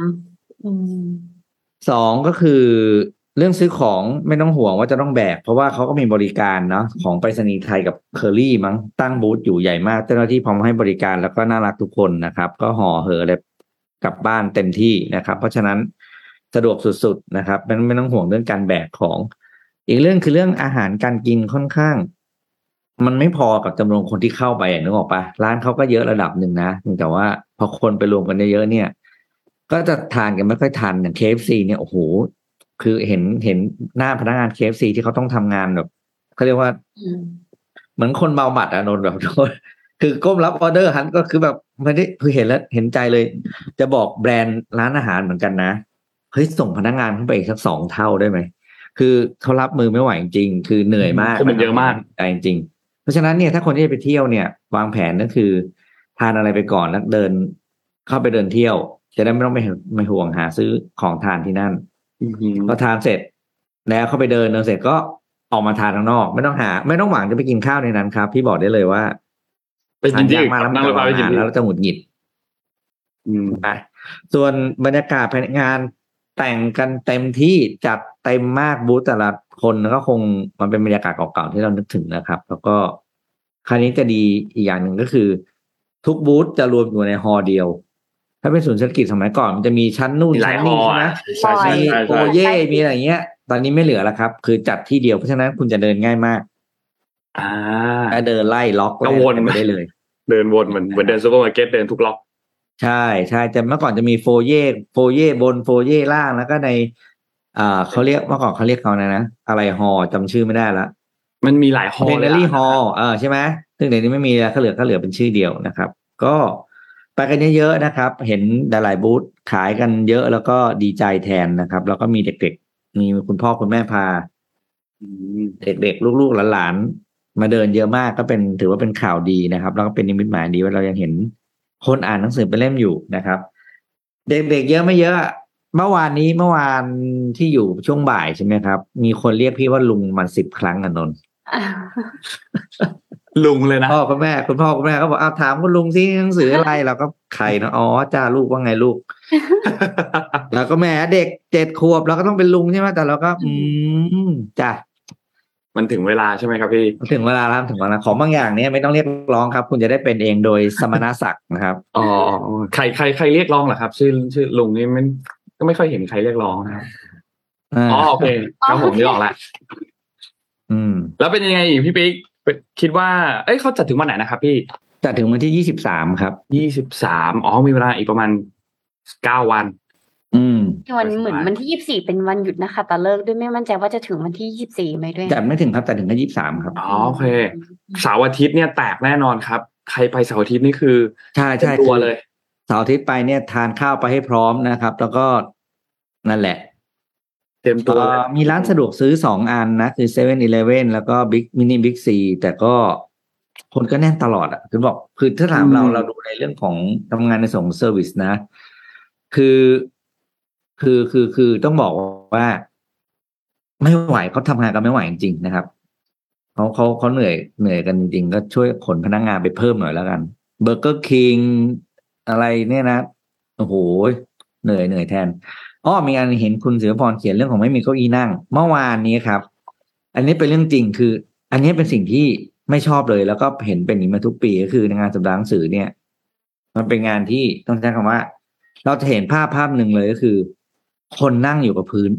สองก็คือเรื่องซื้อของไม่ต้องห่วงว่าจะต้องแบกเพราะว่าเขาก็มีบริการเนาะของไปรษณีย์ไทยกับเคอรี่มั้งตั้งบูธอยู่ใหญ่มากเจ้าหน้าที่พร้อมให้บริการแล้วก็น่ารักทุกคนนะครับก็ห่อเห่อเลยกลับบ้านเต็มที่นะครับเพราะฉะนั้นสะดวกสุดๆนะครับไม่ต้องห่วงเรื่องการแบกของอีกเรื่องคือเรื่องอาหารการกินค่อนข้างมันไม่พอกับจำนวนคนที่เข้าไปนึกออกปะร้านเขาก็เยอะระดับหนึ่งนะแต่ว่าพอคนไปรวมกันเยอะๆเนี่ยก็จะทานกันไม่ค่อยทันอย่าง KFC เนี่ยโอ้โหคือเห็นหน้าพนักงาน KFC ที่เขาต้องทำงานแบบเขาเรียกว่าเหมือนคนเมาหมัดนนแบบคือก้มรับออเดอร์ฮันก็คือแบบไม่ได้คือเห็นแล้วเห็นใจเลยจะบอกแบรนด์ร้านอาหารเหมือนกันนะเฮ้ยส่งพนักงานขึ้นไปอีกสัก2 เท่าได้ไหมคือเขารับมือไม่ไหวจริงคือเหนื่อยมากมันเยอะมากจริงเพราะฉะนั้นเนี่ยถ้าคนที่จะไปเที่ยวเนี่ยวางแผนก็คือทานอะไรไปก่อนแล้วเดินเข้าไปเดินเที่ยวจะได้ไม่ต้องไม่ห่วงหาซื้อของทานที่นั่นพอทานเสร็จแล้วเข้าไปเดินเสร็จก็ออกมาทานข้างนอกไม่ต้องหวังจะไปกินข้าวในนั้นครับพี่บอกได้เลยว่าไปกินที่มาแล้วนั่งรถไฟไปกินแล้วจะหงุดหงิดส่วนบรรยากาศภายในงานแต่งกันเต็มที่จัดเต็มมากบูธแต่ละคนก็คงมันเป็นบรรยากาศเก่าๆที่เรานึกถึงนะครับแล้วก็คราวนี้จะดีอีกอย่างหนึ่งก็คือทุกบูธจะรวมอยู่ในฮอลล์เดียวถ้าเป็นศูนย์เศรษฐกิจสมัยก่อนมันจะมีชั้นนู่นชั้นนี่ใช่ไหมมีโอเย่มีอะไรเงี้ยตอนนี้ไม่เหลือแล้วครับคือจัดที่เดียวเพราะฉะนั้นคุณจะเดินง่ายมากเดินไล่ล็อกวนไปได้เลยเดินวนเหมือนเดินซูเปอร์มาร์เก็ตเดินทุกล็อกใช่จะเมื่อก่อนจะมีโฟเย่บนโฟเย่ล่างแล้วก็ในเขาเรียกเมื่อก่อนเขาเรียกเขานะอะไรฮอจำชื่อไม่ได้ละมันมีหลายฮอเบเนอรี่ฮอใช่ไหมซึ่งเดี๋ยวนี้ไม่มีแล้วเขาเหลือเป็นชื่อเดียวนะครับก็ไปกันเยอะๆนะครับเห็นหลายบูธขายกันเยอะแล้วก็ดีใจแทนนะครับแล้วก็มีเด็กๆมีคุณพ่อคุณแม่พาเด็กๆลูกๆหลานๆมาเดินเยอะมากก็ถือว่าเป็นข่าวดีนะครับแล้วก็เป็นนิมิตหมายดีว่าเรายังเห็นคนอ่านหนังสือเป็นเล่มอยู่นะครับเด็กๆเยอะไม่เยอะเมื่อวานที่อยู่ช่วงบ่ายใช่ไหมครับมีคนเรียกพี่ว่าลุงมัน10 ครั้งนนท์ลุงเลยนะคุณพ่อคุณแม่ก็บอกถามคุณลุงสิหนังสืออะไรเราก็ใครนะอ๋อจ้าลูกว่าไงลูก แล้วก็แม่เด็ก7 ขวบเราก็ต้องเป็นลุงใช่ไหมแต่เราก็จ้ามันถึงเวลาใช่ไหมครับพี่ถึงเวลาแล้วของบางอย่างเนี่ยไม่ต้องเรียกร้องครับคุณจะได้เป็นเองโดยสมณศักดิ์นะครับอ๋อใครเรียกร้องเหรอครับชื่อลุงนี่ก็ไม่ค่อยเห็นใครเรียกร้องนะครับอ๋อโอเคครับผมนึกออกละแล้วเป็นยังไงอีกพี่ปิ๊กคิดว่าเขาจัดถึงวันไหนนะครับพี่จัดถึงวันที่23ครับ 23มีเวลาอีกประมาณ9 วันวันเหมือนวันที่24เป็นวันหยุดนะคะแต่เลิกด้วยไม่มั่นใจว่าจะถึงวันที่24ไหมด้วยจัดไม่ถึงครับแต่ถึงแค่23ครับโอเคเสาร์อาทิตย์เนี่ยแตกแน่นอนครับใครไปเสาร์อาทิตย์นี่คือใช่ตัวเลยเสาร์อาทิตย์ไปเนี่ยทานข้าวไปให้พร้อมนะครับแล้วก็นั่นแหละเต็มตัวมีร้านสะดวกซื้อ2 อันนะคือ 7-Eleven แล้วก็บิ๊กซีแต่ก็คนก็แน่นตลอดอ่ะคือถ้าถามเราดูในเรื่องของทำงานในส่งเซอร์วิสนะคือต้องบอกว่าไม่ไหวเขาทำงานกันไม่ไหวจริงๆนะครับเขาเหนื่อยกันจริงๆก็ช่วยขนพนักงานไปเพิ่มหน่อยแล้วกันเบอร์เกอร์คิงอะไรเนี่ยนะโอ้โหเหนื่อยแทนมีอันเห็นคุณศิรพรเขียนเรื่องของไม่มีเก้าอี้นั่งเมื่อวานนี้ครับอันนี้เป็นเรื่องจริงคืออันนี้เป็นสิ่งที่ไม่ชอบเลยแล้วก็เห็นเป็นอย่างนี้มาทุกปีก็คือในงานสัปดาห์หนังสือเนี่ยมันเป็นงานที่ต้องใช้คำว่าเราจะเห็นภาพหนึ่งเลยก็คือคนนั่งอยู่กับพื้น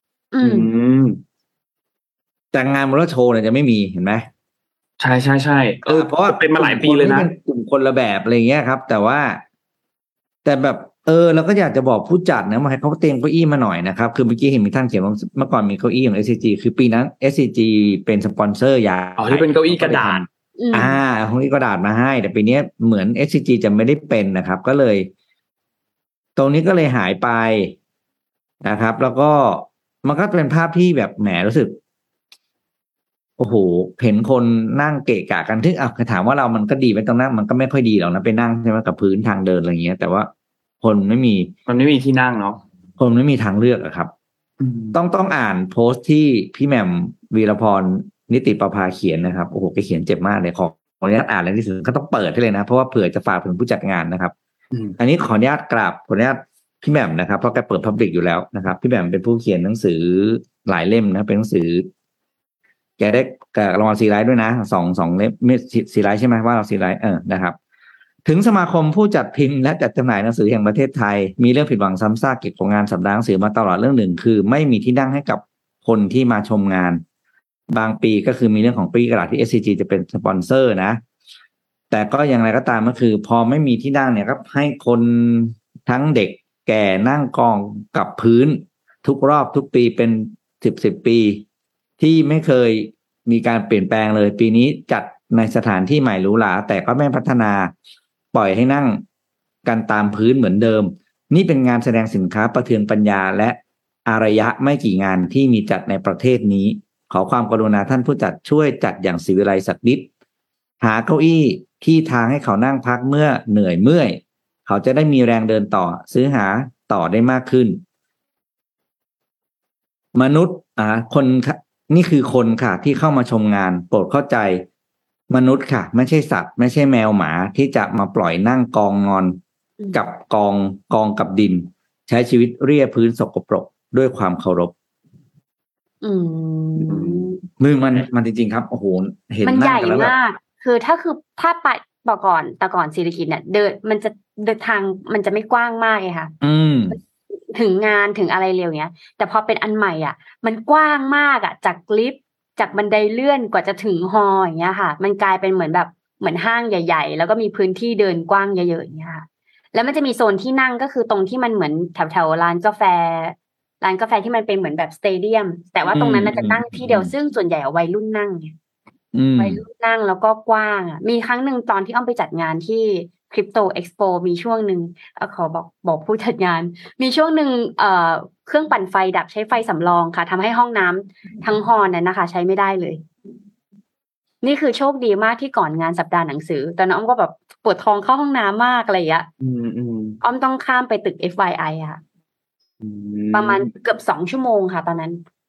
แต่งานมอเตอร์โชว์เนี่ยจะไม่มีเห็นไหมใช่เพราะว่าเป็นมาหลายปีเลยนะกลุ่มคนละแบบอะไรเงี้ยครับแต่แบบเราก็อยากจะบอกผู้จัดนะมาให้เขาเตรียมเก้าอี้มาหน่อยนะครับคือเมื่อกี้เห็นมีท่านเขียนว่าเมื่อก่อนมีเก้าอี้ของ SCG คือปีนั้น SCG เป็นสปอนเซอร์ยาที่เป็นเก้าอี้กระดาษเก้าอี้กระดาษมาให้แต่ปีนี้เหมือน SCG จะไม่ได้เป็นนะครับก็เลยตรงนี้ก็เลยหายไปนะครับแล้วก็มันก็เป็นภาพที่แบบแหมรู้สึกโอ้โหเห็นคนนั่งเกะกะกันที่ถามว่ามันก็ดีไหมตรงนั้นมันก็ไม่ค่อยดีหรอกนะไปนั่งใช่ไหมกับพื้นทางเดินอะไรอย่างเงี้ยแต่ว่าคนมันไม่มีที่นั่งเนาะคนไม่มีทางเลือกอะครับต้องอ่านโพสต์ที่พี่แหม่มวีรพรนิติประภาเขียนนะครับโอ้โหแกเขียนเจ็บมากเลยขออนุญาตอ่านเลยที่สุดก็ต้องเปิดให้เลยนะเพราะว่าเผื่อจะฝากถึงผู้จัดงานนะครับอันนี้ขออนุญาตกราบขออนุญาตพี่แหม่มนะครับเพราะแกเปิดพับลิกอยู่แล้วนะครับพี่แหม่มเป็นผู้เขียนหนังสือหลายเล่มนะเป็นหนังสือแกได้รางวัลซีไรท์ด้วยนะสองเล่มไม่ซีไรท์ใช่ไหมว่าเราซีไรท์นะครับถึงสมาคมผู้จัดพิมพ์และจัดจำหน่ายหนังสือแห่งประเทศไทยมีเรื่องผิดหวังซ้ำซากเกี่ยวกับงานสัปดาห์หนังสือมาตลอดเรื่องหนึ่งคือไม่มีที่นั่งให้กับคนที่มาชมงานบางปีก็คือมีเรื่องของปีกระดาษที่ SCG จะเป็นสปอนเซอร์นะแต่ก็อย่างไรก็ตามก็คือพอไม่มีที่นั่งเนี่ยก็ให้คนทั้งเด็กแก่นั่งกองกับพื้นทุกรอบทุกปีเป็น10 ปีที่ไม่เคยมีการเปลี่ยนแปลงเลยปีนี้จัดในสถานที่ใหม่หรูหราแต่ก็ไม่พัฒนาปล่อยให้นั่งกันตามพื้นเหมือนเดิมนี่เป็นงานแสดงสินค้าประเทืองปัญญาและอารยะไม่กี่งานที่มีจัดในประเทศนี้ขอความกรุณาท่านผู้จัดช่วยจัดอย่างศิวิไลสักนิดหาเก้าอี้ที่ทางให้เขานั่งพักเมื่อเหนื่อยเมื่อยเขาจะได้มีแรงเดินต่อซื้อหาต่อได้มากขึ้นมนุษย์คนนี่คือคนค่ะที่เข้ามาชมงานโปรดเข้าใจมนุษย์ค่ะไม่ใช่สัตว์ไม่ใช่แมวหมาที่จะมาปล่อยนั่งกองนอนกับกองกับดินใช้ชีวิตเรี่ยพื้นสกปรกด้วยความเคารพมันจริงๆครับโอ้โหเห็นมันใหญ่มากคือถ้าไปแต่ก่อนศิริกิติ์เนี่ยเดินทางมันจะไม่กว้างมากเลยค่ะถึงงานถึงอะไรเร็วเงี้ยแต่พอเป็นอันใหม่อ่ะมันกว้างมากอ่ะจากลิฟต์จากบันไดเลื่อนกว่าจะถึงฮอลล์อย่างเงี้ยค่ะมันกลายเป็นเหมือนห้างใหญ่ๆแล้วก็มีพื้นที่เดินกว้างเยอะๆอย่างเงี้ยค่ะแล้วมันจะมีโซนที่นั่งก็คือตรงที่มันเหมือนแถวร้านกาแฟที่มันเป็นเหมือนแบบสเตเดียมแต่ว่าตรงนั้นน่าจะนั่งที่เดียวซึ่งส่วนใหญ่วัยรุ่นนั่งวัยรุ่นนั่งแล้วก็กว้างอ่ะมีครั้งหนึ่งตอนที่อ้อมไปจัดงานที่คริปโตเอ็กซ์โปมีช่วงหนึ่งขอบอกผู้จัดงานมีช่วงหนึ่งเครื่องปั่นไฟดับใช้ไฟสำรองค่ะทำให้ห้องน้ำทั้งฮอลล์นั้นนะคะใช้ไม่ได้เลยนี่คือโชคดีมากที่ก่อนงานสัปดาห์หนังสือตอนนั้นอ้อมก็แบบปวดท้องเข้าห้องน้ำมากอะไรอย่างเงี้ยอ้อมต้องข้ามไปตึก FYI ค่ะประมาณเกือบ2 ชั่วโมงค่ะตอนนั้น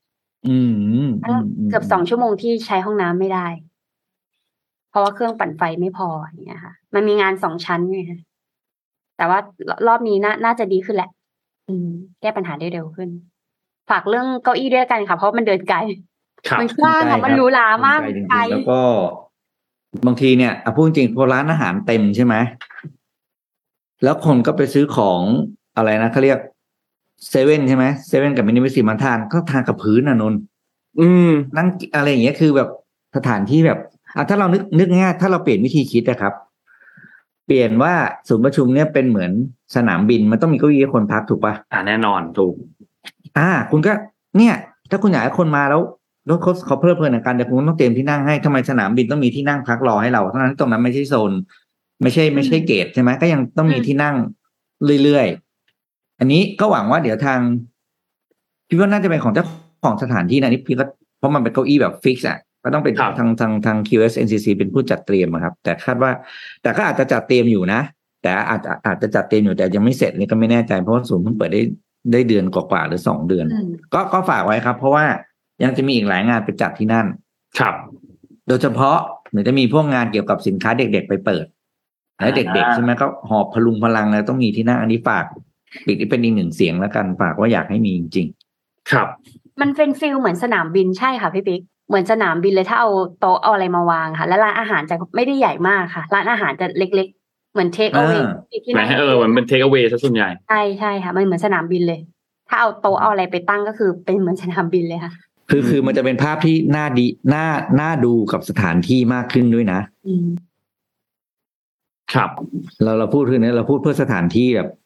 เกือบ2 ชั่วโมงที่ใช้ห้องน้ำไม่ได้เพราะว่าเครื่องปั่นไฟไม่พออย่างเงี้ยค่ะมันมีงาน2 ชั้นไงค่ะแต่ว่ารอบนี้น่าจะดีขึ้นแหละแก้ปัญหาได้เร็วขึ้นฝากเรื่องเก้าอี้ด้วยกันค่ะเพราะมันเดินไกลมันกว้างมันหรูหรามากไกลแล้วก็บางทีเนี่ยพูดจริงพอร้านอาหารเต็มใช่ไหมแล้วคนก็ไปซื้อของอะไรนะเขาเรียกเซเว่นใช่ไหมเซเว่นกับมินิมิซีมาทานก็ทานกับพื้นนนท์นั่งอะไรอย่างเงี้ยคือแบบสถานที่แบบถ้าเรานึกง่ายถ้าเราเปลี่ยนวิธีคิดนะครับเปลี่ยนว่าศูนย์ประชุมเนี่ยเป็นเหมือนสนามบินมันต้องมีเก้าอี้ให้คนพักถูกป่ะแน่นอนถูกคุณก็เนี่ยถ้าคุณอยากให้คนมาแล้วเขาเพลิดเพลินในการแต่คุณต้องเตรียมที่นั่งให้ทำไมสนามบินต้องมีที่นั่งพักรอให้เราทั้งนั้นตรงนั้นไม่ใช่โซนไม่ใช่เกตใช่ไหมก็ยังต้องมีที่นั่งเรื่อยๆอันนี้ก็หวังว่าเดี๋ยวทางพี่ว่าน่าจะเป็นของเจ้าของสถานที่นะนี่พี่ก็เพราะมันเป็นเก้าอี้แบบฟิกซ์ก็ต้องเป็นทาง QSNCC เป็นผู้จัดเตรียมครับแต่คาดว่าแต่ก็อาจจะจัดเตรียมอยู่นะแต่อาจจะจัดเตรียมอยู่แต่ยังไม่เสร็จนี่ก็ไม่แน่ใจเพราะว่าศูนย์เพิ่งเปิดได้เดือนกว่าหรือ2 เดือนก็ฝากไว้ครับเพราะว่ายังจะมีอีกหลายงานไปจัดที่นั่นครับโดยเฉพาะหรือจะมีพวกงานเกี่ยวกับสินค้าเด็กๆไปเปิดแล้วเด็กๆใช่ไหมก็หอบพลุงพลังแล้วต้องมีที่นั่งอันนี้ฝากอีกเป็นอีก1 เสียงแล้วกันฝากว่าอยากให้มีจริงๆครับมันเป็นฟีลเหมือนสนามบินใช่ค่ะพี่ปิ๊กเหมือนสนามบินเลยถ้าเอาโต๊ะเอาอะไรมาวางค่ะแล้วร้านอาหารจะไม่ได้ใหญ่มากค่ะร้านอาหารจะเล็กๆเหมือนเทคเอาเวย์ที่ไหนมันเป็นเทคเอาเวย์ซะส่วนใหญ่ใช่ค่ะมันเหมือนสนามบินเลยถ้าเอาโต๊ะเอาอะไรไปตั้งก็คือเป็นเหมือนสนามบินเลยค่ะคือมันจะเป็นภาพที่น่าดูกับสถานที่มากขึ้นด้วยนะครับเราพูดคือเนี่ยเราพูดเพื่อสถานที่แบบ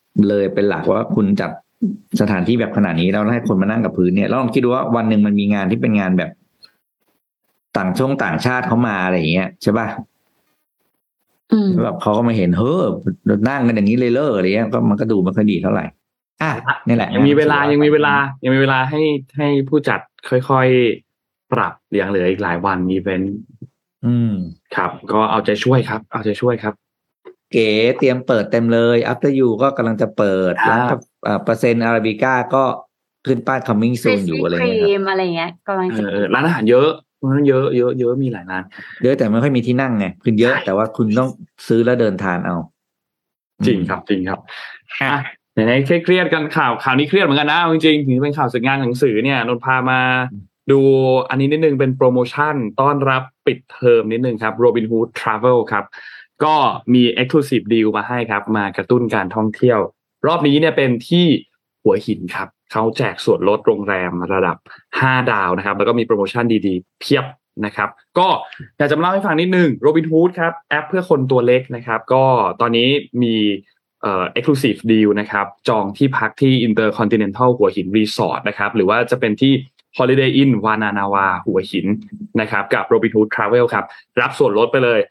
เลยเป็นหลักว่าคุณจัดสถานที่แบบขนาดนี้แล้วให้คนมานั่งกับพื้นเนี่ยแล้วลองคิดดูว่าวันหนึ่งมันมีงานที่เป็นงานแบบต่างชาติเขามาอะไรอย่างเงี้ยใช่ป่ะแบบเขาก็มาเห็นเฮ้อนั่งกันอย่างนี้เลยอะไรเงี้ยก็มันก็ดูไม่ค่อยดีเท่าไหร่นี่แหละยังมีเวลาให้ผู้จัดค่อยๆปรับอย่างเหลืออีกหลายวันอีเวนต์ครับก็เอาใจช่วยครับเก๋เตรียมเปิดเต็มเลย After You ก็กำลังจะเปิดแล้วเปอร์เซ็นต์อาราบิก้าก็ขึ้นป้าย coming soon อยู่อะไรเงี้ยครับอะไรเงี้ยกำลังจะร้านอาหารเยอะเยอะมีหลายร้านเยอะแต่ไม่ค่อยมีที่นั่งไงคือเยอะแต่ว่าคุณต้องซื้อแล้วเดินทานเอาจริงครับไหนๆเครียดกันข่าวนี้เครียดเหมือนกันนะจริงๆถึงเป็นข่าวสึกงานหนังสือเนี่ยนนพามาดูอันนี้นิดนึงเป็นโปรโมชั่นต้อนรับปิดเทอมนิดนึงครับ Robinhood Travel ครับก็มี Exclusive Deal มาให้ครับมากระตุ้นการท่องเที่ยวรอบนี้เนี่ยเป็นที่หัวหินครับเขาแจกส่วนลดโรงแรมระดับ5 ดาวนะครับแล้วก็มีโปรโมชั่นดีๆเพียบนะครับก็อยากจะมาเล่าให้ฟังนิดนึง Robinhood ครับแอปเพื่อคนตัวเล็กนะครับก็ตอนนี้มีexclusive deal นะครับจองที่พักที่ Intercontinental หัวหินรีสอร์ทนะครับหรือว่าจะเป็นที่ Holiday Inn วานานาวาหัวหินนะครับกับ Robinhood Travel ครับรับส่วนลดไปเลย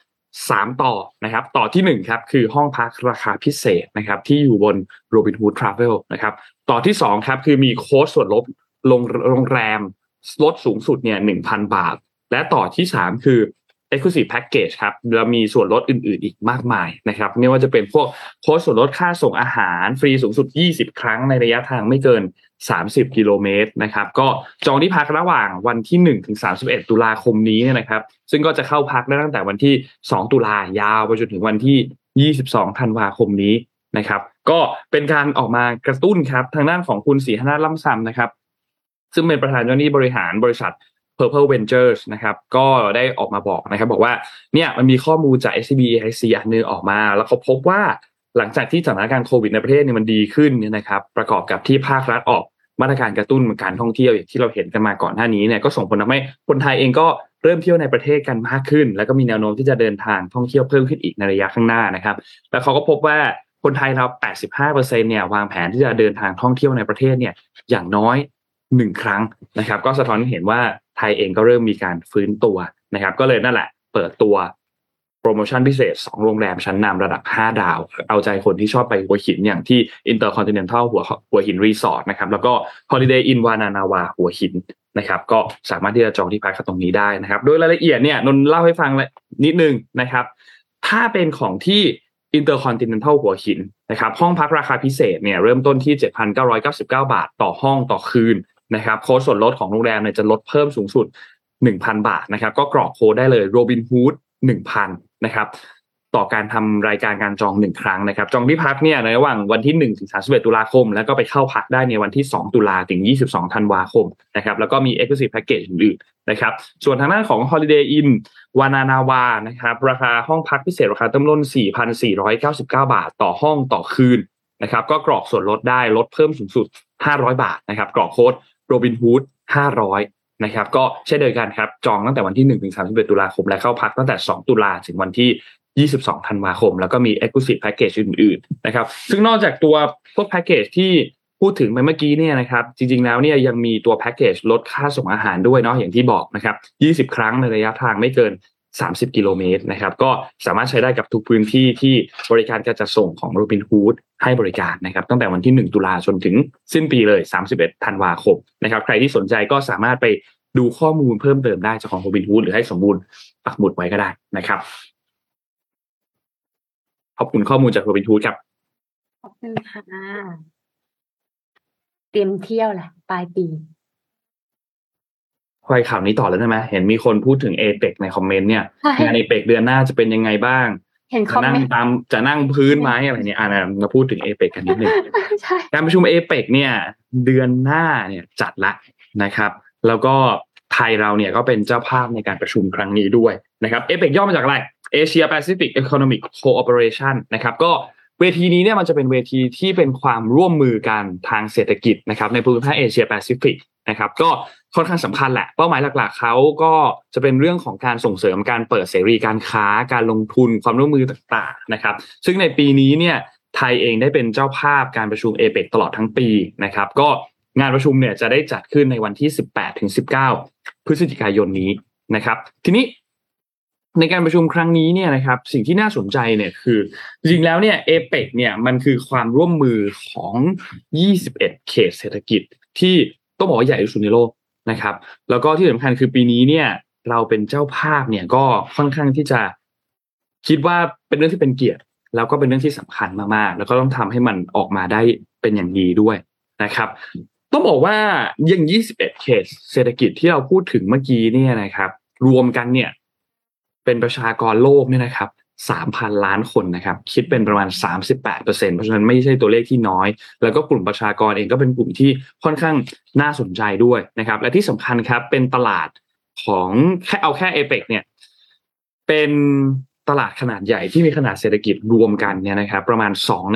3ต่อนะครับต่อที่1ครับคือห้องพักราคาพิเศษนะครับที่อยู่บน Robinhood Travel นะครับต่อที่2ครับคือมีโค้ดส่วนลดโรงแรมลดสูงสุดเนี่ย 1,000 บาทและต่อที่3คือExclusive Package ครับแล้วมีส่วนลดอื่นๆอีกมากมายนะครับไม่ว่าจะเป็นพวกโค้ดส่วนลดค่าส่งอาหารฟรีสูงสุด20ครั้งในระยะทางไม่เกิน30กิโลเมตรนะครับก็จองที่พักระหว่างวันที่1ถึง31ตุลาคมนี้นะครับซึ่งก็จะเข้าพักได้ตั้งแต่วันที่2ตุลายาวไปจนถึงวันที่22ธันวาคมนี้นะครับก็เป็นการออกมากระตุ้นครับทางด้านของคุณศรีหนาล่ำซำนะครับซึ่งเป็นประธานเจ้าหน้าที่บริหารบริษัทPurple Ventures นะครับก็ได้ออกมาบอกนะครับบอกว่าเนี่ยมันมีข้อมูลจาก SCB EIC อันนึงออกมาแล้วเขาพบว่าหลังจากที่สถานการณ์โควิดในประเทศเนี่ยมันดีขึ้นเนี่ยนะครับประกอบกับที่ภาครัฐออกมาตรการกระตุ้นการท่องเที่ยวอย่างที่เราเห็นกันมาก่อนหน้านี้เนี่ยก็ส่งผลทำให้คนไทยเองก็เริ่มเที่ยวในประเทศกันมากขึ้นแล้วก็มีแนวโน้มที่จะเดินทางท่องเที่ยวเพิ่มขึ้นอีกในระยะข้างหน้านะครับแล้วเขาก็พบว่าคนไทยเรา 85% เนี่ยวางแผนที่จะเดินทางท่องเที่ยวในประเทศเนี่ยอย่างน้อย1ครั้งนะครับก็สะท้อนเห็นว่าไทยเองก็เริ่มมีการฟื้นตัวนะครับก็เลยนั่นแหละเปิดตัวโปรโมชั่นพิเศษ2โรงแรมชั้นนำระดับ5ดาวเอาใจคนที่ชอบไปหัวหินอย่างที่ Intercontinental หัวหินรีสอร์ทนะครับแล้วก็ Holiday Inn วานานาวาหัวหินนะครับก็สามารถที่จะจองที่พักตรงนี้ได้นะครับโดยรายละเอียดเนี่ยนนเล่าให้ฟังนิดนึงนะครับถ้าเป็นของที่ Intercontinental หัวหินนะครับห้องพักราคาพิเศษเนี่ยเริ่มต้นที่ 7,999 บาทต่อห้องต่อคืนนะครับโค้ดส่วนลดของโรงแรมเนี่ยจะลดเพิ่มสูงสุด 1,000 บาทนะครับก็กรอกโค้ดได้เลย Robinhood 1,000 นะครับต่อการทำรายการการจอง1ครั้งนะครับจองที่พักเนี่ยในระหว่างวันที่1ถึง31ตุลาคมแล้วก็ไปเข้าพักได้ในวันที่2ตุลาถึง22ธันวาคมนะครับแล้วก็มี Exclusive Package อื่นๆนะครับส่วนทางด้านของ Holiday Inn วานานาวานะครับราคาห้องพักพิเศษราคาเริ่มต้น 4,499 บาทต่อห้องต่อคืนนะครับก็กรอกส่วนลดได้ลดเพิ่มสูงสุด500 บาทนะครับกรอกโค้ดRobinhood 500นะครับก็เช่นเดียวกันครับจองตั้งแต่วันที่1ถึง31ตุลาคมและเข้าพักตั้งแต่2ตุลาถึงวันที่22ธันวาคมแล้วก็มี Exclusive Package อื่นๆนะครับซึ่งนอกจากตัวพวก Package ที่พูดถึงไปเมื่อกี้เนี่ยนะครับจริงๆแล้วเนี่ยยังมีตัว Package ลดค่าส่งอาหารด้วยเนาะอย่างที่บอกนะครับ20ครั้งในระยะทางไม่เกิน30กิโลเมตรนะครับก็สามารถใช้ได้กับทุกพื้นที่ที่บริการการจัดส่งของ Robinhood ให้บริการนะครับตั้งแต่วันที่1ตุลาจนถึงสิ้นปีเลย31ธันวาคมนะครับใครที่สนใจก็สามารถไปดูข้อมูลเพิ่มเติมได้จากของ Robinhood หรือให้สมบูรณ์ปักหมุดไว้ก็ได้นะครับขอบคุณข้อมูลจาก Robinhood ครับขอบคุณค่ะเตรียมเที่ยวแหละปลายปีค่อยข่าวนี้ต่อแล้วใช่ไหมเห็นมีคนพูดถึง APEC ในคอมเมนต์เนี่ยงาน APEC เดือนหน้าจะเป็นยังไงบ้างจะนั่งพื้นไหมอะไรเนี่ยมาพูดถึง APEC กันนิดนึงการประชุม APEC เนี่ยเดือนหน้าเนี่ยจัดละนะครับแล้วก็ไทยเราเนี่ยก็เป็นเจ้าภาพในการประชุมครั้งนี้ด้วยนะครับ APEC ย่อมาจากอะไร Asia Pacific Economic Cooperation นะครับก็เวทีนี้เนี่ยมันจะเป็นเวทีที่เป็นความร่วมมือกันทางเศรษฐกิจนะครับในภูมิภาคเอเชียแปซิฟิกนะครับก็ค่อนข้างสำคัญแหละเป้าหมายหลักๆเขาก็จะเป็นเรื่องของการส่งเสริมการเปิดเสรีการค้าการลงทุนความร่วมมือต่างๆนะครับซึ่งในปีนี้เนี่ยไทยเองได้เป็นเจ้าภาพการประชุมเอเปกตลอดทั้งปีนะครับก็งานประชุมเนี่ยจะได้จัดขึ้นในวันที่18-19พฤศจิกายนนี้นะครับทีนี้ในการประชุมครั้งนี้เนี่ยนะครับสิ่งที่น่าสนใจเนี่ยคือจริงๆแล้วเนี่ยเอเปกเนี่ยมันคือความร่วมมือของ21เขตเศรษฐกิจที่ต้องบอกว่าใหญ่ที่สุดในโลกนะครับแล้วก็ที่สำคัญคือปีนี้เนี่ยเราเป็นเจ้าภาพเนี่ยก็ค่อนข้างที่จะคิดว่าเป็นเรื่องที่เป็นเกียรติแล้วก็เป็นเรื่องที่สำคัญมากๆแล้วก็ต้องทำให้มันออกมาได้เป็นอย่างดีด้วยนะครับต้องบอกว่าอย่าง21เขตเศรษฐกิจที่เราพูดถึงเมื่อกี้เนี่ยนะครับรวมกันเนี่ยเป็นประชากรโลกเนี่ยนะครับ 3,000 ล้านคนนะครับคิดเป็นประมาณ 38% เพราะฉะนั้นไม่ใช่ตัวเลขที่น้อยแล้วก็กลุ่มประชากรเองก็เป็นกลุ่มที่ค่อนข้างน่าสนใจด้วยนะครับและที่สำคัญครับเป็นตลาดของแค่เอเปกเนี่ยเป็นตลาดขนาดใหญ่ที่มีขนาดเศรษฐกิจรวมกันเนี่ยนะครับประมาณ2 ใน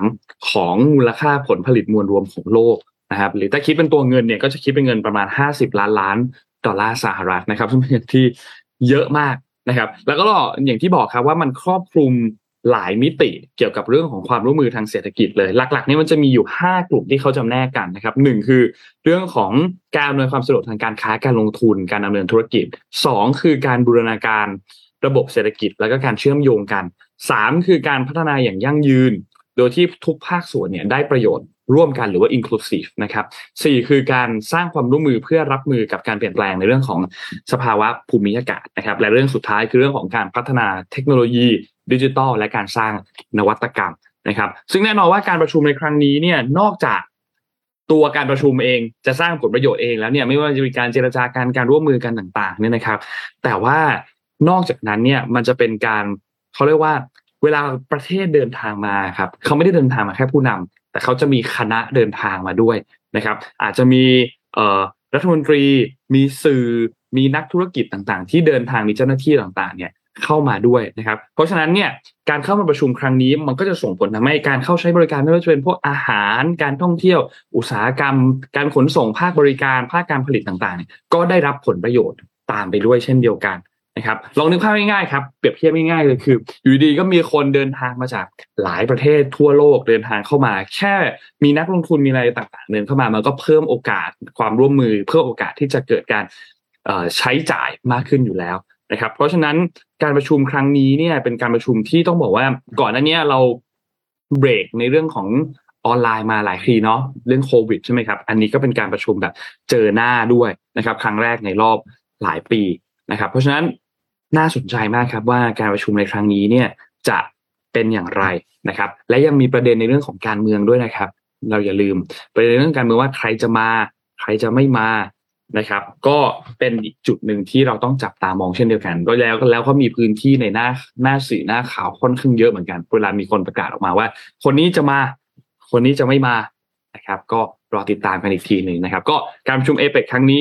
3ของมูลค่าผลผลิตมวลรวมของโลกนะครับหรือถ้าคิดเป็นตัวเงินเนี่ยก็จะคิดเป็นเงินประมาณ50 ล้านดอลลาร์สหรัฐนะครับซึ่งเป็นเงินที่เยอะมากนะครับแล้วก็อย่างที่บอกครับว่ามันครอบคลุมหลายมิติเกี่ยวกับเรื่องของความร่วมมือทางเศรษฐกิจเลยหลักๆนี่มันจะมีอยู่5กลุ่มที่เขาจำแนกกันนะครับ1คือเรื่องของการอำนวยความสะดวกทางการค้าการลงทุนการดำเนินธุรกิจ2คือการบูรณาการระบบเศรษฐกิจแล้วก็การเชื่อมโยงกัน3คือการพัฒนาอย่างยั่งยืนโดยที่ทุกภาคส่วนเนี่ยได้ประโยชน์ร่วมกันหรือว่า inclusive นะครับ4คือการสร้างความร่วมมือเพื่อรับมือกับการเปลี่ยนแปลงในเรื่องของสภาวะภูมิอากาศนะครับและเรื่องสุดท้ายคือเรื่องของการพัฒนาเทคโนโลยีดิจิทัลและการสร้างนวัตกรรมนะครับซึ่งแน่นอนว่าการประชุมในครั้งนี้เนี่ยนอกจากตัวการประชุมเองจะสร้างผลประโยชน์เองแล้วเนี่ยไม่ว่าจะมีการเจรจาการร่วมมือกันต่างๆเนี่ยนะครับแต่ว่านอกจากนั้นเนี่ยมันจะเป็นการเขาเรียกว่าเวลาประเทศเดินทางมาครับเขาไม่ได้เดินทางมาแค่ผู้นำแต่เขาจะมีคณะเดินทางมาด้วยนะครับอาจจะมีรัฐมนตรีมีสื่อมีนักธุรกิจต่างๆที่เดินทางมีเจ้าหน้าที่ต่างๆเนี่ยเข้ามาด้วยนะครับเพราะฉะนั้นเนี่ยการเข้ามาประชุมครั้งนี้มันก็จะส่งผลทำให้การเข้าใช้บริการไม่ว่าจะเป็นพวกอาหารการท่องเที่ยวอุตสาหกรรมการขนส่งภาคบริการภาคการผลิตต่างๆเนี่ยก็ได้รับผลประโยชน์ตามไปด้วยเช่นเดียวกันนะครับลองนึกภาพง่ายๆครับเปรียบเทียบง่ายๆเลยคืออยู่ดีก็มีคนเดินทางมาจากหลายประเทศทั่วโลกเดินทางเข้ามาแค่มีนักลงทุนมีอะไรต่างๆเดินเข้ามามันก็เพิ่มโอกาสความร่วมมือเพิ่มโอกาสที่จะเกิดการใช้จ่ายมากขึ้นอยู่แล้วนะครับเพราะฉะนั้นการประชุมครั้งนี้เนี่ยเป็นการประชุมที่ต้องบอกว่าก่อนหน้านี้เราเบรกในเรื่องของออนไลน์มาหลายทีเนาะเรื่องโควิดใช่ไหมครับอันนี้ก็เป็นการประชุมแบบเจอหน้าด้วยนะครับครั้งแรกในรอบหลายปีนะครับเพราะฉะนั้นน่าสนใจมากครับว่าการประชุมในครั้งนี้เนี่ยจะเป็นอย่างไรนะครับและยังมีประเด็นในเรื่องของการเมืองด้วยนะครับเราอย่าลืมประเด็นเรื่องการเมืองว่าใครจะมาใครจะไม่มานะครับก็เป็นอีกจุดหนึ่งที่เราต้องจับตามองเช่นเดียวกันก็แล้วก็มีพื้นที่ในหน้าสื่อหน้าข่าวค่อนข้างเยอะเหมือนกันเวลามีคนประกาศออกมาว่าคนนี้จะมาคนนี้จะไม่มานะครับก็รอติดตามกันอีกทีนึงนะครับก็การประชุมเอเปกครั้งนี้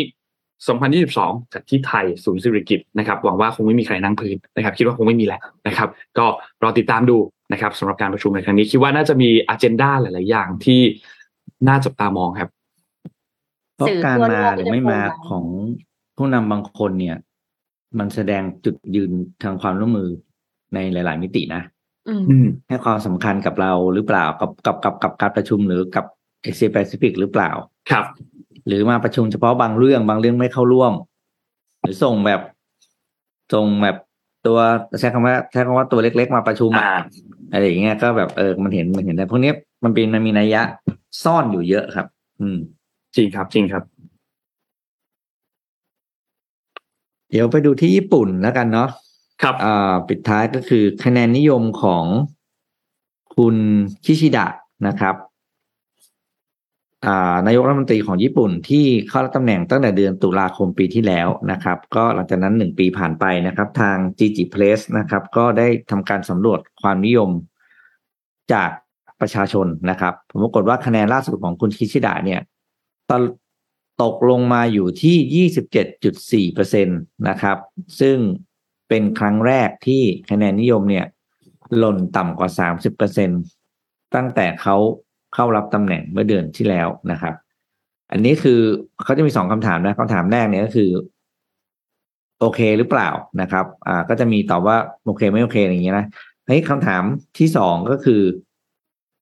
2022จัดที่ไทยศูนย์สิริกิติ์นะครับหวังว่าคงไม่มีใครนั่งพื้นนะครับคิดว่าคงไม่มีแหละนะครับก็รอติดตามดูนะครับสำหรับการประชุมในครั้งนี้คิดว่าน่าจะมีอเจนดาหลายๆอย่างที่น่าจับตามองครับเพราะการมาหรือไม่มาของผู้นำบางคนเนี่ยมันแสดงจุดยืนทางความร่วมมือในหลายๆมิตินะให้ความสำคัญกับเราหรือเปล่ากับการประชุมหรือกับเอเชียแปซิฟิกหรือเปล่าครับหรือมาประชุมเฉพาะบางเรื่องไม่เข้าร่วมหรือส่งแบบตัวใช้คำว่าตัวเล็กๆมาประชุมอะไรอย่างเงี้ยก็แบบมันเห็นแต่พวกนี้มันมีนัยยะซ่อนอยู่เยอะครับจริงครับเดี๋ยวไปดูที่ญี่ปุ่นแล้วกันเนาะครับปิดท้ายก็คือคะแนนนิยมของคุณคิชิดะนะครับนายกรัฐมนตรีของญี่ปุ่นที่เข้ารับตำแหน่งตั้งแต่เดือนตุลาคมปีที่แล้วนะครับก็หลังจากนั้น1 ปีผ่านไปนะครับทาง Jiji Press นะครับก็ได้ทำการสำรวจความนิยมจากประชาชนนะครับปรากฏว่าคะแนนล่าสุดของคุณคิชิดะเนี่ยตกลงมาอยู่ที่ 27.4% นะครับซึ่งเป็นครั้งแรกที่คะแนนนิยมเนี่ยหล่นต่ำกว่า 30% ตั้งแต่เขาเข้ารับตำแหน่งเมื่อเดือนที่แล้วนะครับอันนี้คือเขาจะมี2คำถามนะคำถามแรกเนี่ยก็คือโอเคหรือเปล่านะครับก็จะมีตอบว่าโอเคไม่โอเคอย่างเงี้ยนะคำถามที่2ก็คือ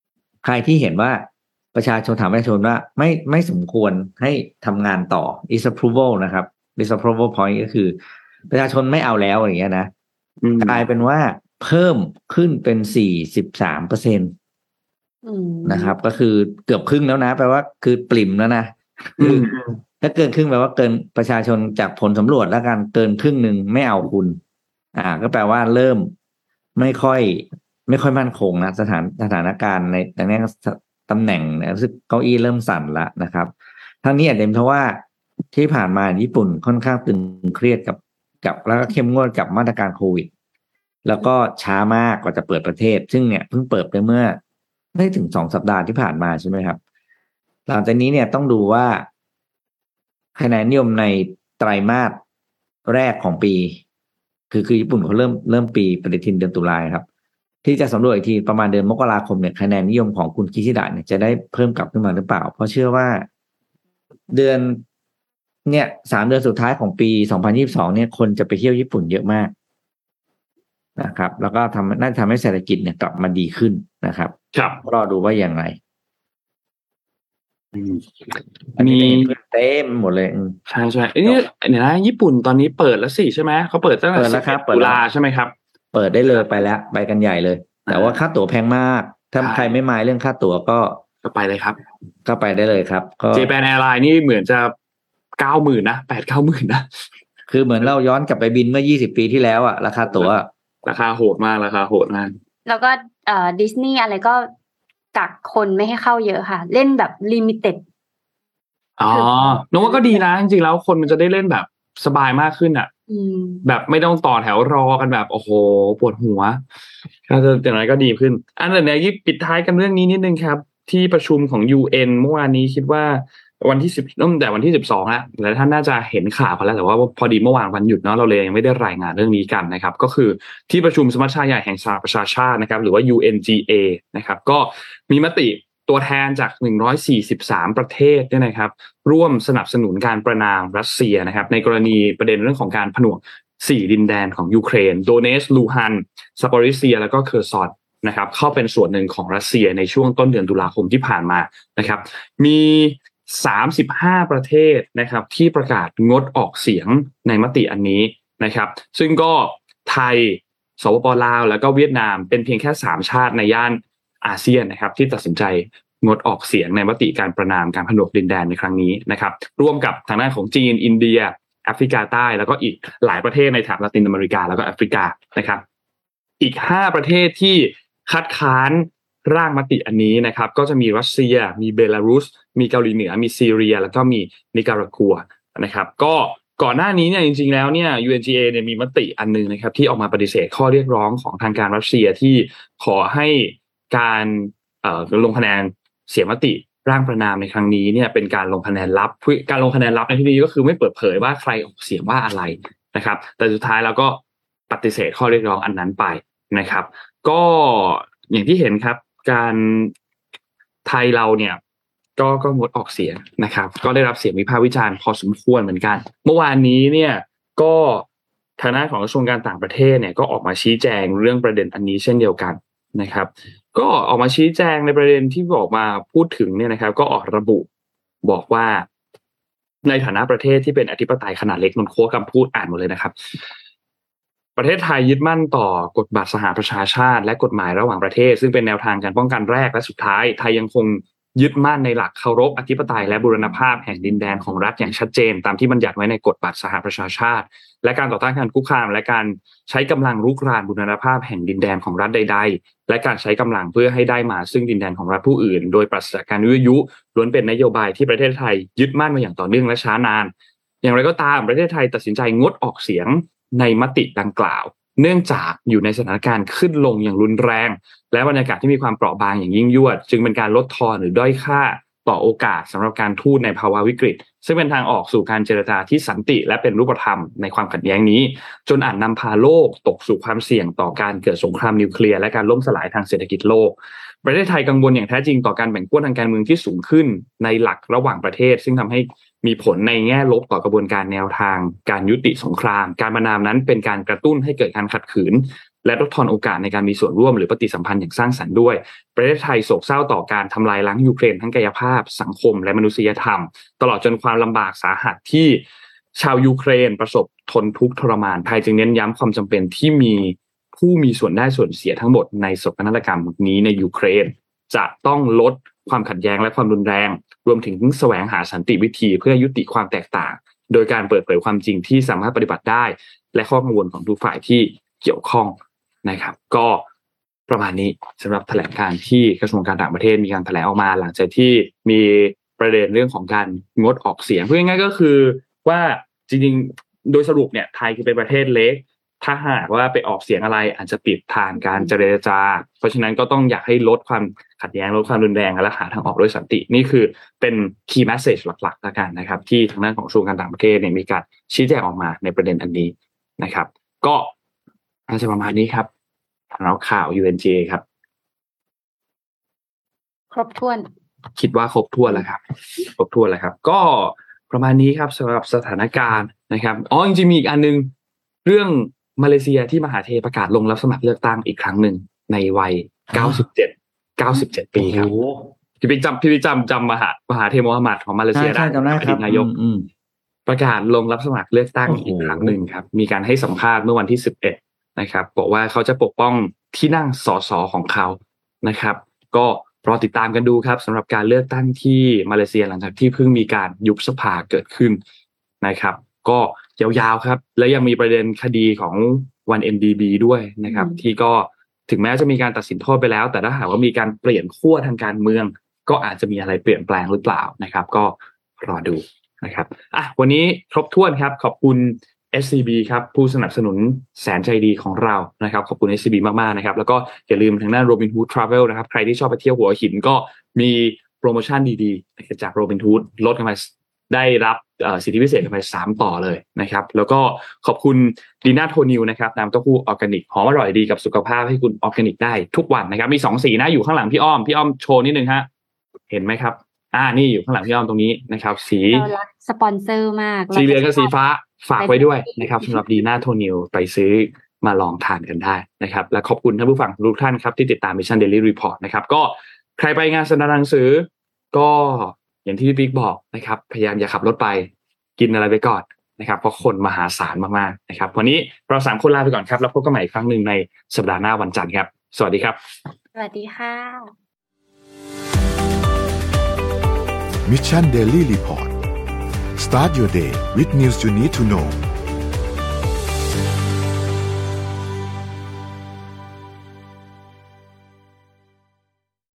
ใครที่เห็นว่าประชาชนถามประชาชนว่าไม่สมควรให้ทำงานต่อ disapproval นะครับ disapproval point ก็คือประชาชนไม่เอาแล้วอย่างเงี้ยนะกลายเป็นว่าเพิ่มขึ้นเป็น43%นะครับก็คือเกือบครึ่งแล้วนะแปลว่าคือปริ่มแล้วนะคือถ้าเกินครึ่งแปลว่าเกินประชาชนจากผลสำรวจแล้วกันเกินครึ่งหนึ่งไม่เอาคุณก็แปลว่าเริ่มไม่ค่อยมั่นคงนะสถานการณ์ในแต่นี้ตำแหน่งนะซึ่งเก้าอี้เริ่มสั่นละนะครับทั้งนี้อาจจะเป็นเพราะว่าที่ผ่านมาญี่ปุ่นค่อนข้างตึงเครียดกับแล้วก็เข้มงวดกับมาตรการโควิดแล้วก็ช้ามากกว่าจะเปิดประเทศซึ่งเนี่ยเพิ่งเปิดไปเมื่อไม่ถึง2 สัปดาห์ที่ผ่านมาใช่ไหมครับหลังจากนี้เนี่ยต้องดูว่าคะแนนนิยมในไตรมาสแรกของปีคือญี่ปุ่นเขาเริ่มปีปฏิทินเดือนตุลาครับที่จะสำรวจอีกทีประมาณเดือนมกราคมเนี่ยคะแนนนิยมของคุณคิชิดะเนี่ยจะได้เพิ่มกลับขึ้นมาหรือเปล่าเพราะเชื่อว่าเดือนเนี่ย3 เดือนสุดท้ายของปี2022เนี่ยคนจะไปเที่ยวญี่ปุ่นเยอะมากนะครับแล้วก็น่าจะทำให้เศรษฐกิจเนี่ยกลับมาดีขึ้นนะครับรอดูว่าอย่างไรมีเต็มหมดเลยใช่ใช่เนี่ยนะญี่ปุ่นตอนนี้เปิดแล้วสิใช่ไหมเขาเปิดตั้งแต่ตุลาใช่ไหมครับเปิดได้เลยไปแล้วไปกันใหญ่เลยแต่ว่าค่าตั๋วแพงมากถ้าใครไม่มายเรื่องค่าตั๋วก็ไปเลยครับก็ไปได้เลยครับก็ Japan Airlines นี่เหมือนจะ 90,000 นะ 8-90,000 นะคือเหมือนเราย้อนกลับไปบินเมื่อ20 ปีที่แล้วอะราคาตั๋วราคาโหดมากแล้วก็ดิสนีย์อะไรก็กักคนไม่ให้เข้าเยอะค่ะเล่นแบบลิมิเต็ดนึกว่าก็ดีนะจริงๆแล้วคนมันจะได้เล่นแบบสบายมากขึ้นอ่ะแบบไม่ต้องต่อแถวรอกันแบบโอ้โหปวดหัวก็จะอย่างไรก็ดีขึ้นอันนี้ปิดท้ายกันเรื่องนี้นิดนึงครับที่ประชุมของ UN เมื่อวานนี้คิดว่าวันที่10ตั้งแต่วันที่12แล้วหลายท่านน่าจะเห็นข่าวกันแล้วแต่ว่าพอดีเมื่อวานวันหยุดเนาะเราเลยยังไม่ได้รายงานเรื่องนี้กันนะครับก็คือที่ประชุมสมัชชาใหญ่แห่งสหประชาชาตินะครับหรือว่า UNGA นะครับก็มีมติตัวแทนจาก143ประเทศเนี่ยนะครับร่วมสนับสนุนการประณามรัสเซียนะครับในกรณีประเด็นเรื่องของการผนวก4ดินแดนของยูเครนโดเนสลูฮันซาปอริเซียแล้วก็เคอร์ซอนนะครับเข้าเป็นส่วนหนึ่งของรัสเซียในช่วงต้นเดือนตุลาคมที่ผ่านมานะครับมี35ประเทศนะครับที่ประกาศงดออกเสียงในมติอันนี้นะครับซึ่งก็ไทยสปป.ลาวแล้วก็เวียดนามเป็นเพียงแค่3ชาติในย่านอาเซียนนะครับที่ตัดสินใจงดออกเสียงในมติการประณามการผนวกดินแดนในครั้งนี้นะครับร่วมกับทางด้านของจีนอินเดียแอฟริกาใต้แล้วก็อีกหลายประเทศในแถบละตินอเมริกาแล้วก็แอฟริกานะครับอีก5ประเทศที่คัดค้านร่างมติอันนี้นะครับก็จะมีรัสเซียมีเบลารุสมีเกาหลีเหนือมีซีเรียแล้วก็มีนิการากัวนะครับก็ก่อนหน้านี้เนี่ยจริงๆแล้วเนี่ย UNGA เนี่ยมีมติอันนึงนะครับที่ออกมาปฏิเสธข้อเรียกร้องของทางการรัสเซียที่ขอให้การลงคะแนนเสียงมติร่างประณามในครั้งนี้เนี่ยเป็นการลงคะแนนลับการลงคะแนนลับในที่นี้ก็คือไม่เปิดเผยว่าใครออกเสียงว่าอะไรนะครับแต่สุดท้ายแล้วก็ปฏิเสธข้อเรียกร้องอันนั้นไปนะครับก็อย่างที่เห็นครับการไทยเราเนี่ยก็งดออกเสียงนะครับก็ได้รับเสียงวิพากษ์วิจารณ์พอสมควรเหมือนกันเมื่อวานนี้เนี่ยก็ทางด้านของกระทรวงการต่างประเทศเนี่ยก็ออกมาชี้แจงเรื่องประเด็นอันนี้เช่นเดียวกันนะครับก็ออกมาชี้แจงในประเด็นที่บอกมาพูดถึงเนี่ยนะครับก็ออกระบุบอกว่าในฐานะประเทศที่เป็นอธิปไตยขนาดเล็กนนโค้ดคำพูดอ่านหมดเลยนะครับประเทศไทยยึดมั่นต่อกฎบัตรสหประชาชาติและกฎหมายระหว่างประเทศซึ่งเป็นแนวทางการป้องกันแรกและสุดท้ายไทยยังคงยึดมั่นในหลักเคารพอธิปไตยและบูรณภาพแห่งดินแดนของรัฐอย่างชัดเจนตามที่บัญญัติไว้ในกฎบัตรสหประชาชาติและการต่อต้านการคุกคามและการใช้กำลังรุกรานบูรณภาพแห่งดินแดนของรัฐใดๆและการใช้กำลังเพื่อให้ได้มาซึ่งดินแดนของรัฐผู้อื่นโดยปราศจากการยั่วยุล้วนเป็นนโยบายที่ประเทศไทยยึดมั่นมาอย่างต่อเนื่องและช้านานอย่างไรก็ตามประเทศไทยตัดสินใจงดออกเสียงในมติดังกล่าวเนื่องจากอยู่ในสถานการณ์ขึ้นลงอย่างรุนแรงและบรรยากาศที่มีความเปราะบางอย่างยิ่งยวดจึงเป็นการลดทอนหรือด้อยค่าต่อโอกาสสำหรับการทูตในภาวะวิกฤตซึ่งเป็นทางออกสู่การเจรจาที่สันติและเป็นรูปธรรมในความขัดแย้งนี้จนอาจนำพาโลกตกสู่ความเสี่ยงต่อการเกิดสงครามนิวเคลียร์และการล่มสลายทางเศรษฐกิจโลกประเทศไทยกังวลอย่างแท้จริงต่อการแบ่งขั้วทางการเมืองที่สูงขึ้นในหลักระหว่างประเทศซึ่งทำให้มีผลในแง่ลบต่อกระบวนการแนวทางการยุติสงครามการประณามนั้นเป็นการกระตุ้นให้เกิดการขัดขืนและลดทอนโอกาสในการมีส่วนร่วมหรือปฏิสัมพันธ์อย่างสร้างสรรค์ด้วยประเทศไทยโศกเศร้าต่อการทำลายล้างยูเครนทั้งกายภาพสังคมและมนุษยธรรมตลอดจนความลำบากสาหัสที่ชาวยูเครนประสบทนทุกข์ทรมานไทยจึงเน้นย้ำความจำเป็นที่มีผู้มีส่วนได้ส่วนเสียทั้งหมดในโศกนาฏกรรมนี้ในยูเครนจะต้องลดความขัดแย้งและความรุนแรงรวมถึงแสวงหาสันติวิธีเพื่อยุติความแตกต่างโดยการเปิดเผยความจริงที่สามารถปฏิบัติได้และข้อกังวลของทุกฝ่ายที่เกี่ยวข้องนะครับก็ประมาณนี้สำหรับแถลงการที่กระทรวงการต่างประเทศมีการแถลงออกมาหลังจากที่มีประเด็นเรื่องของการงดออกเสียงพูดง่ายๆก็คือว่าจริงๆโดยสรุปเนี่ยไทยคือเป็นประเทศเล็กถ้าหากว่าไปออกเสียงอะไรอาจจะปิดทางการเจรจาเพราะฉะนั้นก็ต้องอยากให้ลดความขัดแย้งลดความรุนแรงและหาทางออกด้วยสันตินี่คือเป็น key message หลักๆแล้วกันนะครับที่ทางด้านของกระทรวงการต่างประเทศเนี่ยมีการชี้แจงออกมาในประเด็นอันนี้นะครับก็น่าจะประมาณนี้ครับแล้วข่าว UNJ ครับครบถ้วนคิดว่าครบถ้วนแล้วครับครบถ้วนแล้วครับก็ประมาณนี้ครับสำหรับสถานการณ์นะครับจริงๆมีอีกอันนึงเรื่องมาเลเซียที่มหาเทประกาศลงรับสมัครเลือกตั้งอีกครั้งหนึ่งในวัย97ปีครับพี่บิ๊กจำมหาเทโมฮัมหมัดของมาเลเซียได้อดีตนายกประกาศลงรับสมัครเลือกตั้งอีกครั้งหนึ่งครับมีการให้สัมภาษณ์เมื่อวันที่11นะครับบอกว่าเขาจะปกป้องที่นั่งสสของเขานะครับก็รอติดตามกันดูครับสำหรับการเลือกตั้งที่มาเลเซียหลังจากที่เพิ่งมีการยุบสภาเกิดขึ้นนะครับก็ยาวๆครับและยังมีประเด็นคดีของ 1MDB ด้วยนะครับที่ก็ถึงแม้จะมีการตัดสินโทษไปแล้วแต่ถ้าหากว่ามีการเปลี่ยนขั้วทางการเมืองก็อาจจะมีอะไรเปลี่ยนแปลงหรือเปล่านะครับก็รอดูนะครับวันนี้ครบถ้วนครับขอบคุณ SCB ครับผู้สนับสนุนแสนใจดีของเรานะครับขอบคุณ SCB มากๆนะครับแล้วก็อย่าลืมทางด้าน Robinhood Travel นะครับใครที่ชอบไปเที่ยวหัวหินก็มีโปรโมชั่นดีๆจาก Robinhood ลดกันมาได้รับสิทธิพิเศษกันไป3ต่อเลยนะครับแล้วก็ขอบคุณดีน่าโทนิวนะครับน้ำเต้าหู้ออร์แกนิกหอมอร่อยดีกับสุขภาพให้คุณออร์แกนิกได้ทุกวันนะครับมี2สีนะอยู่ข้างหลังพี่อ้อมโชว์นิดนึงฮะเห็นไหมครับนี่อยู่ข้างหลังพี่อ้อมตรงนี้นะครับสีเรารักสปอนเซอร์มากสีเหลืองกับสีฟ้าฝากไว้ด้วยนะครับสำหรับดีน่าโทนิวไปซื้อมาลองทานกันได้นะครับและขอบคุณท่านผู้ฟังทุกท่านครับที่ติดตาม Mission Daily Report นะครับก็ใครไปงานสัมมนาหนังสือก็อย่างที่พี่บิ๊กบอกนะครับพยายามอย่าขับรถไปกินอะไรไปก่อนนะครับเพราะคนมหาศาลมากๆนะครับวันนี้เรา3คนลาไปก่อนครับแล้วพบกันใหม่อีกครั้งนึงในสัปดาห์หน้าวันจันทร์ครับสวัสดีครับสวัสดีค่ะ Mission Daily Report Start your day with news you need to know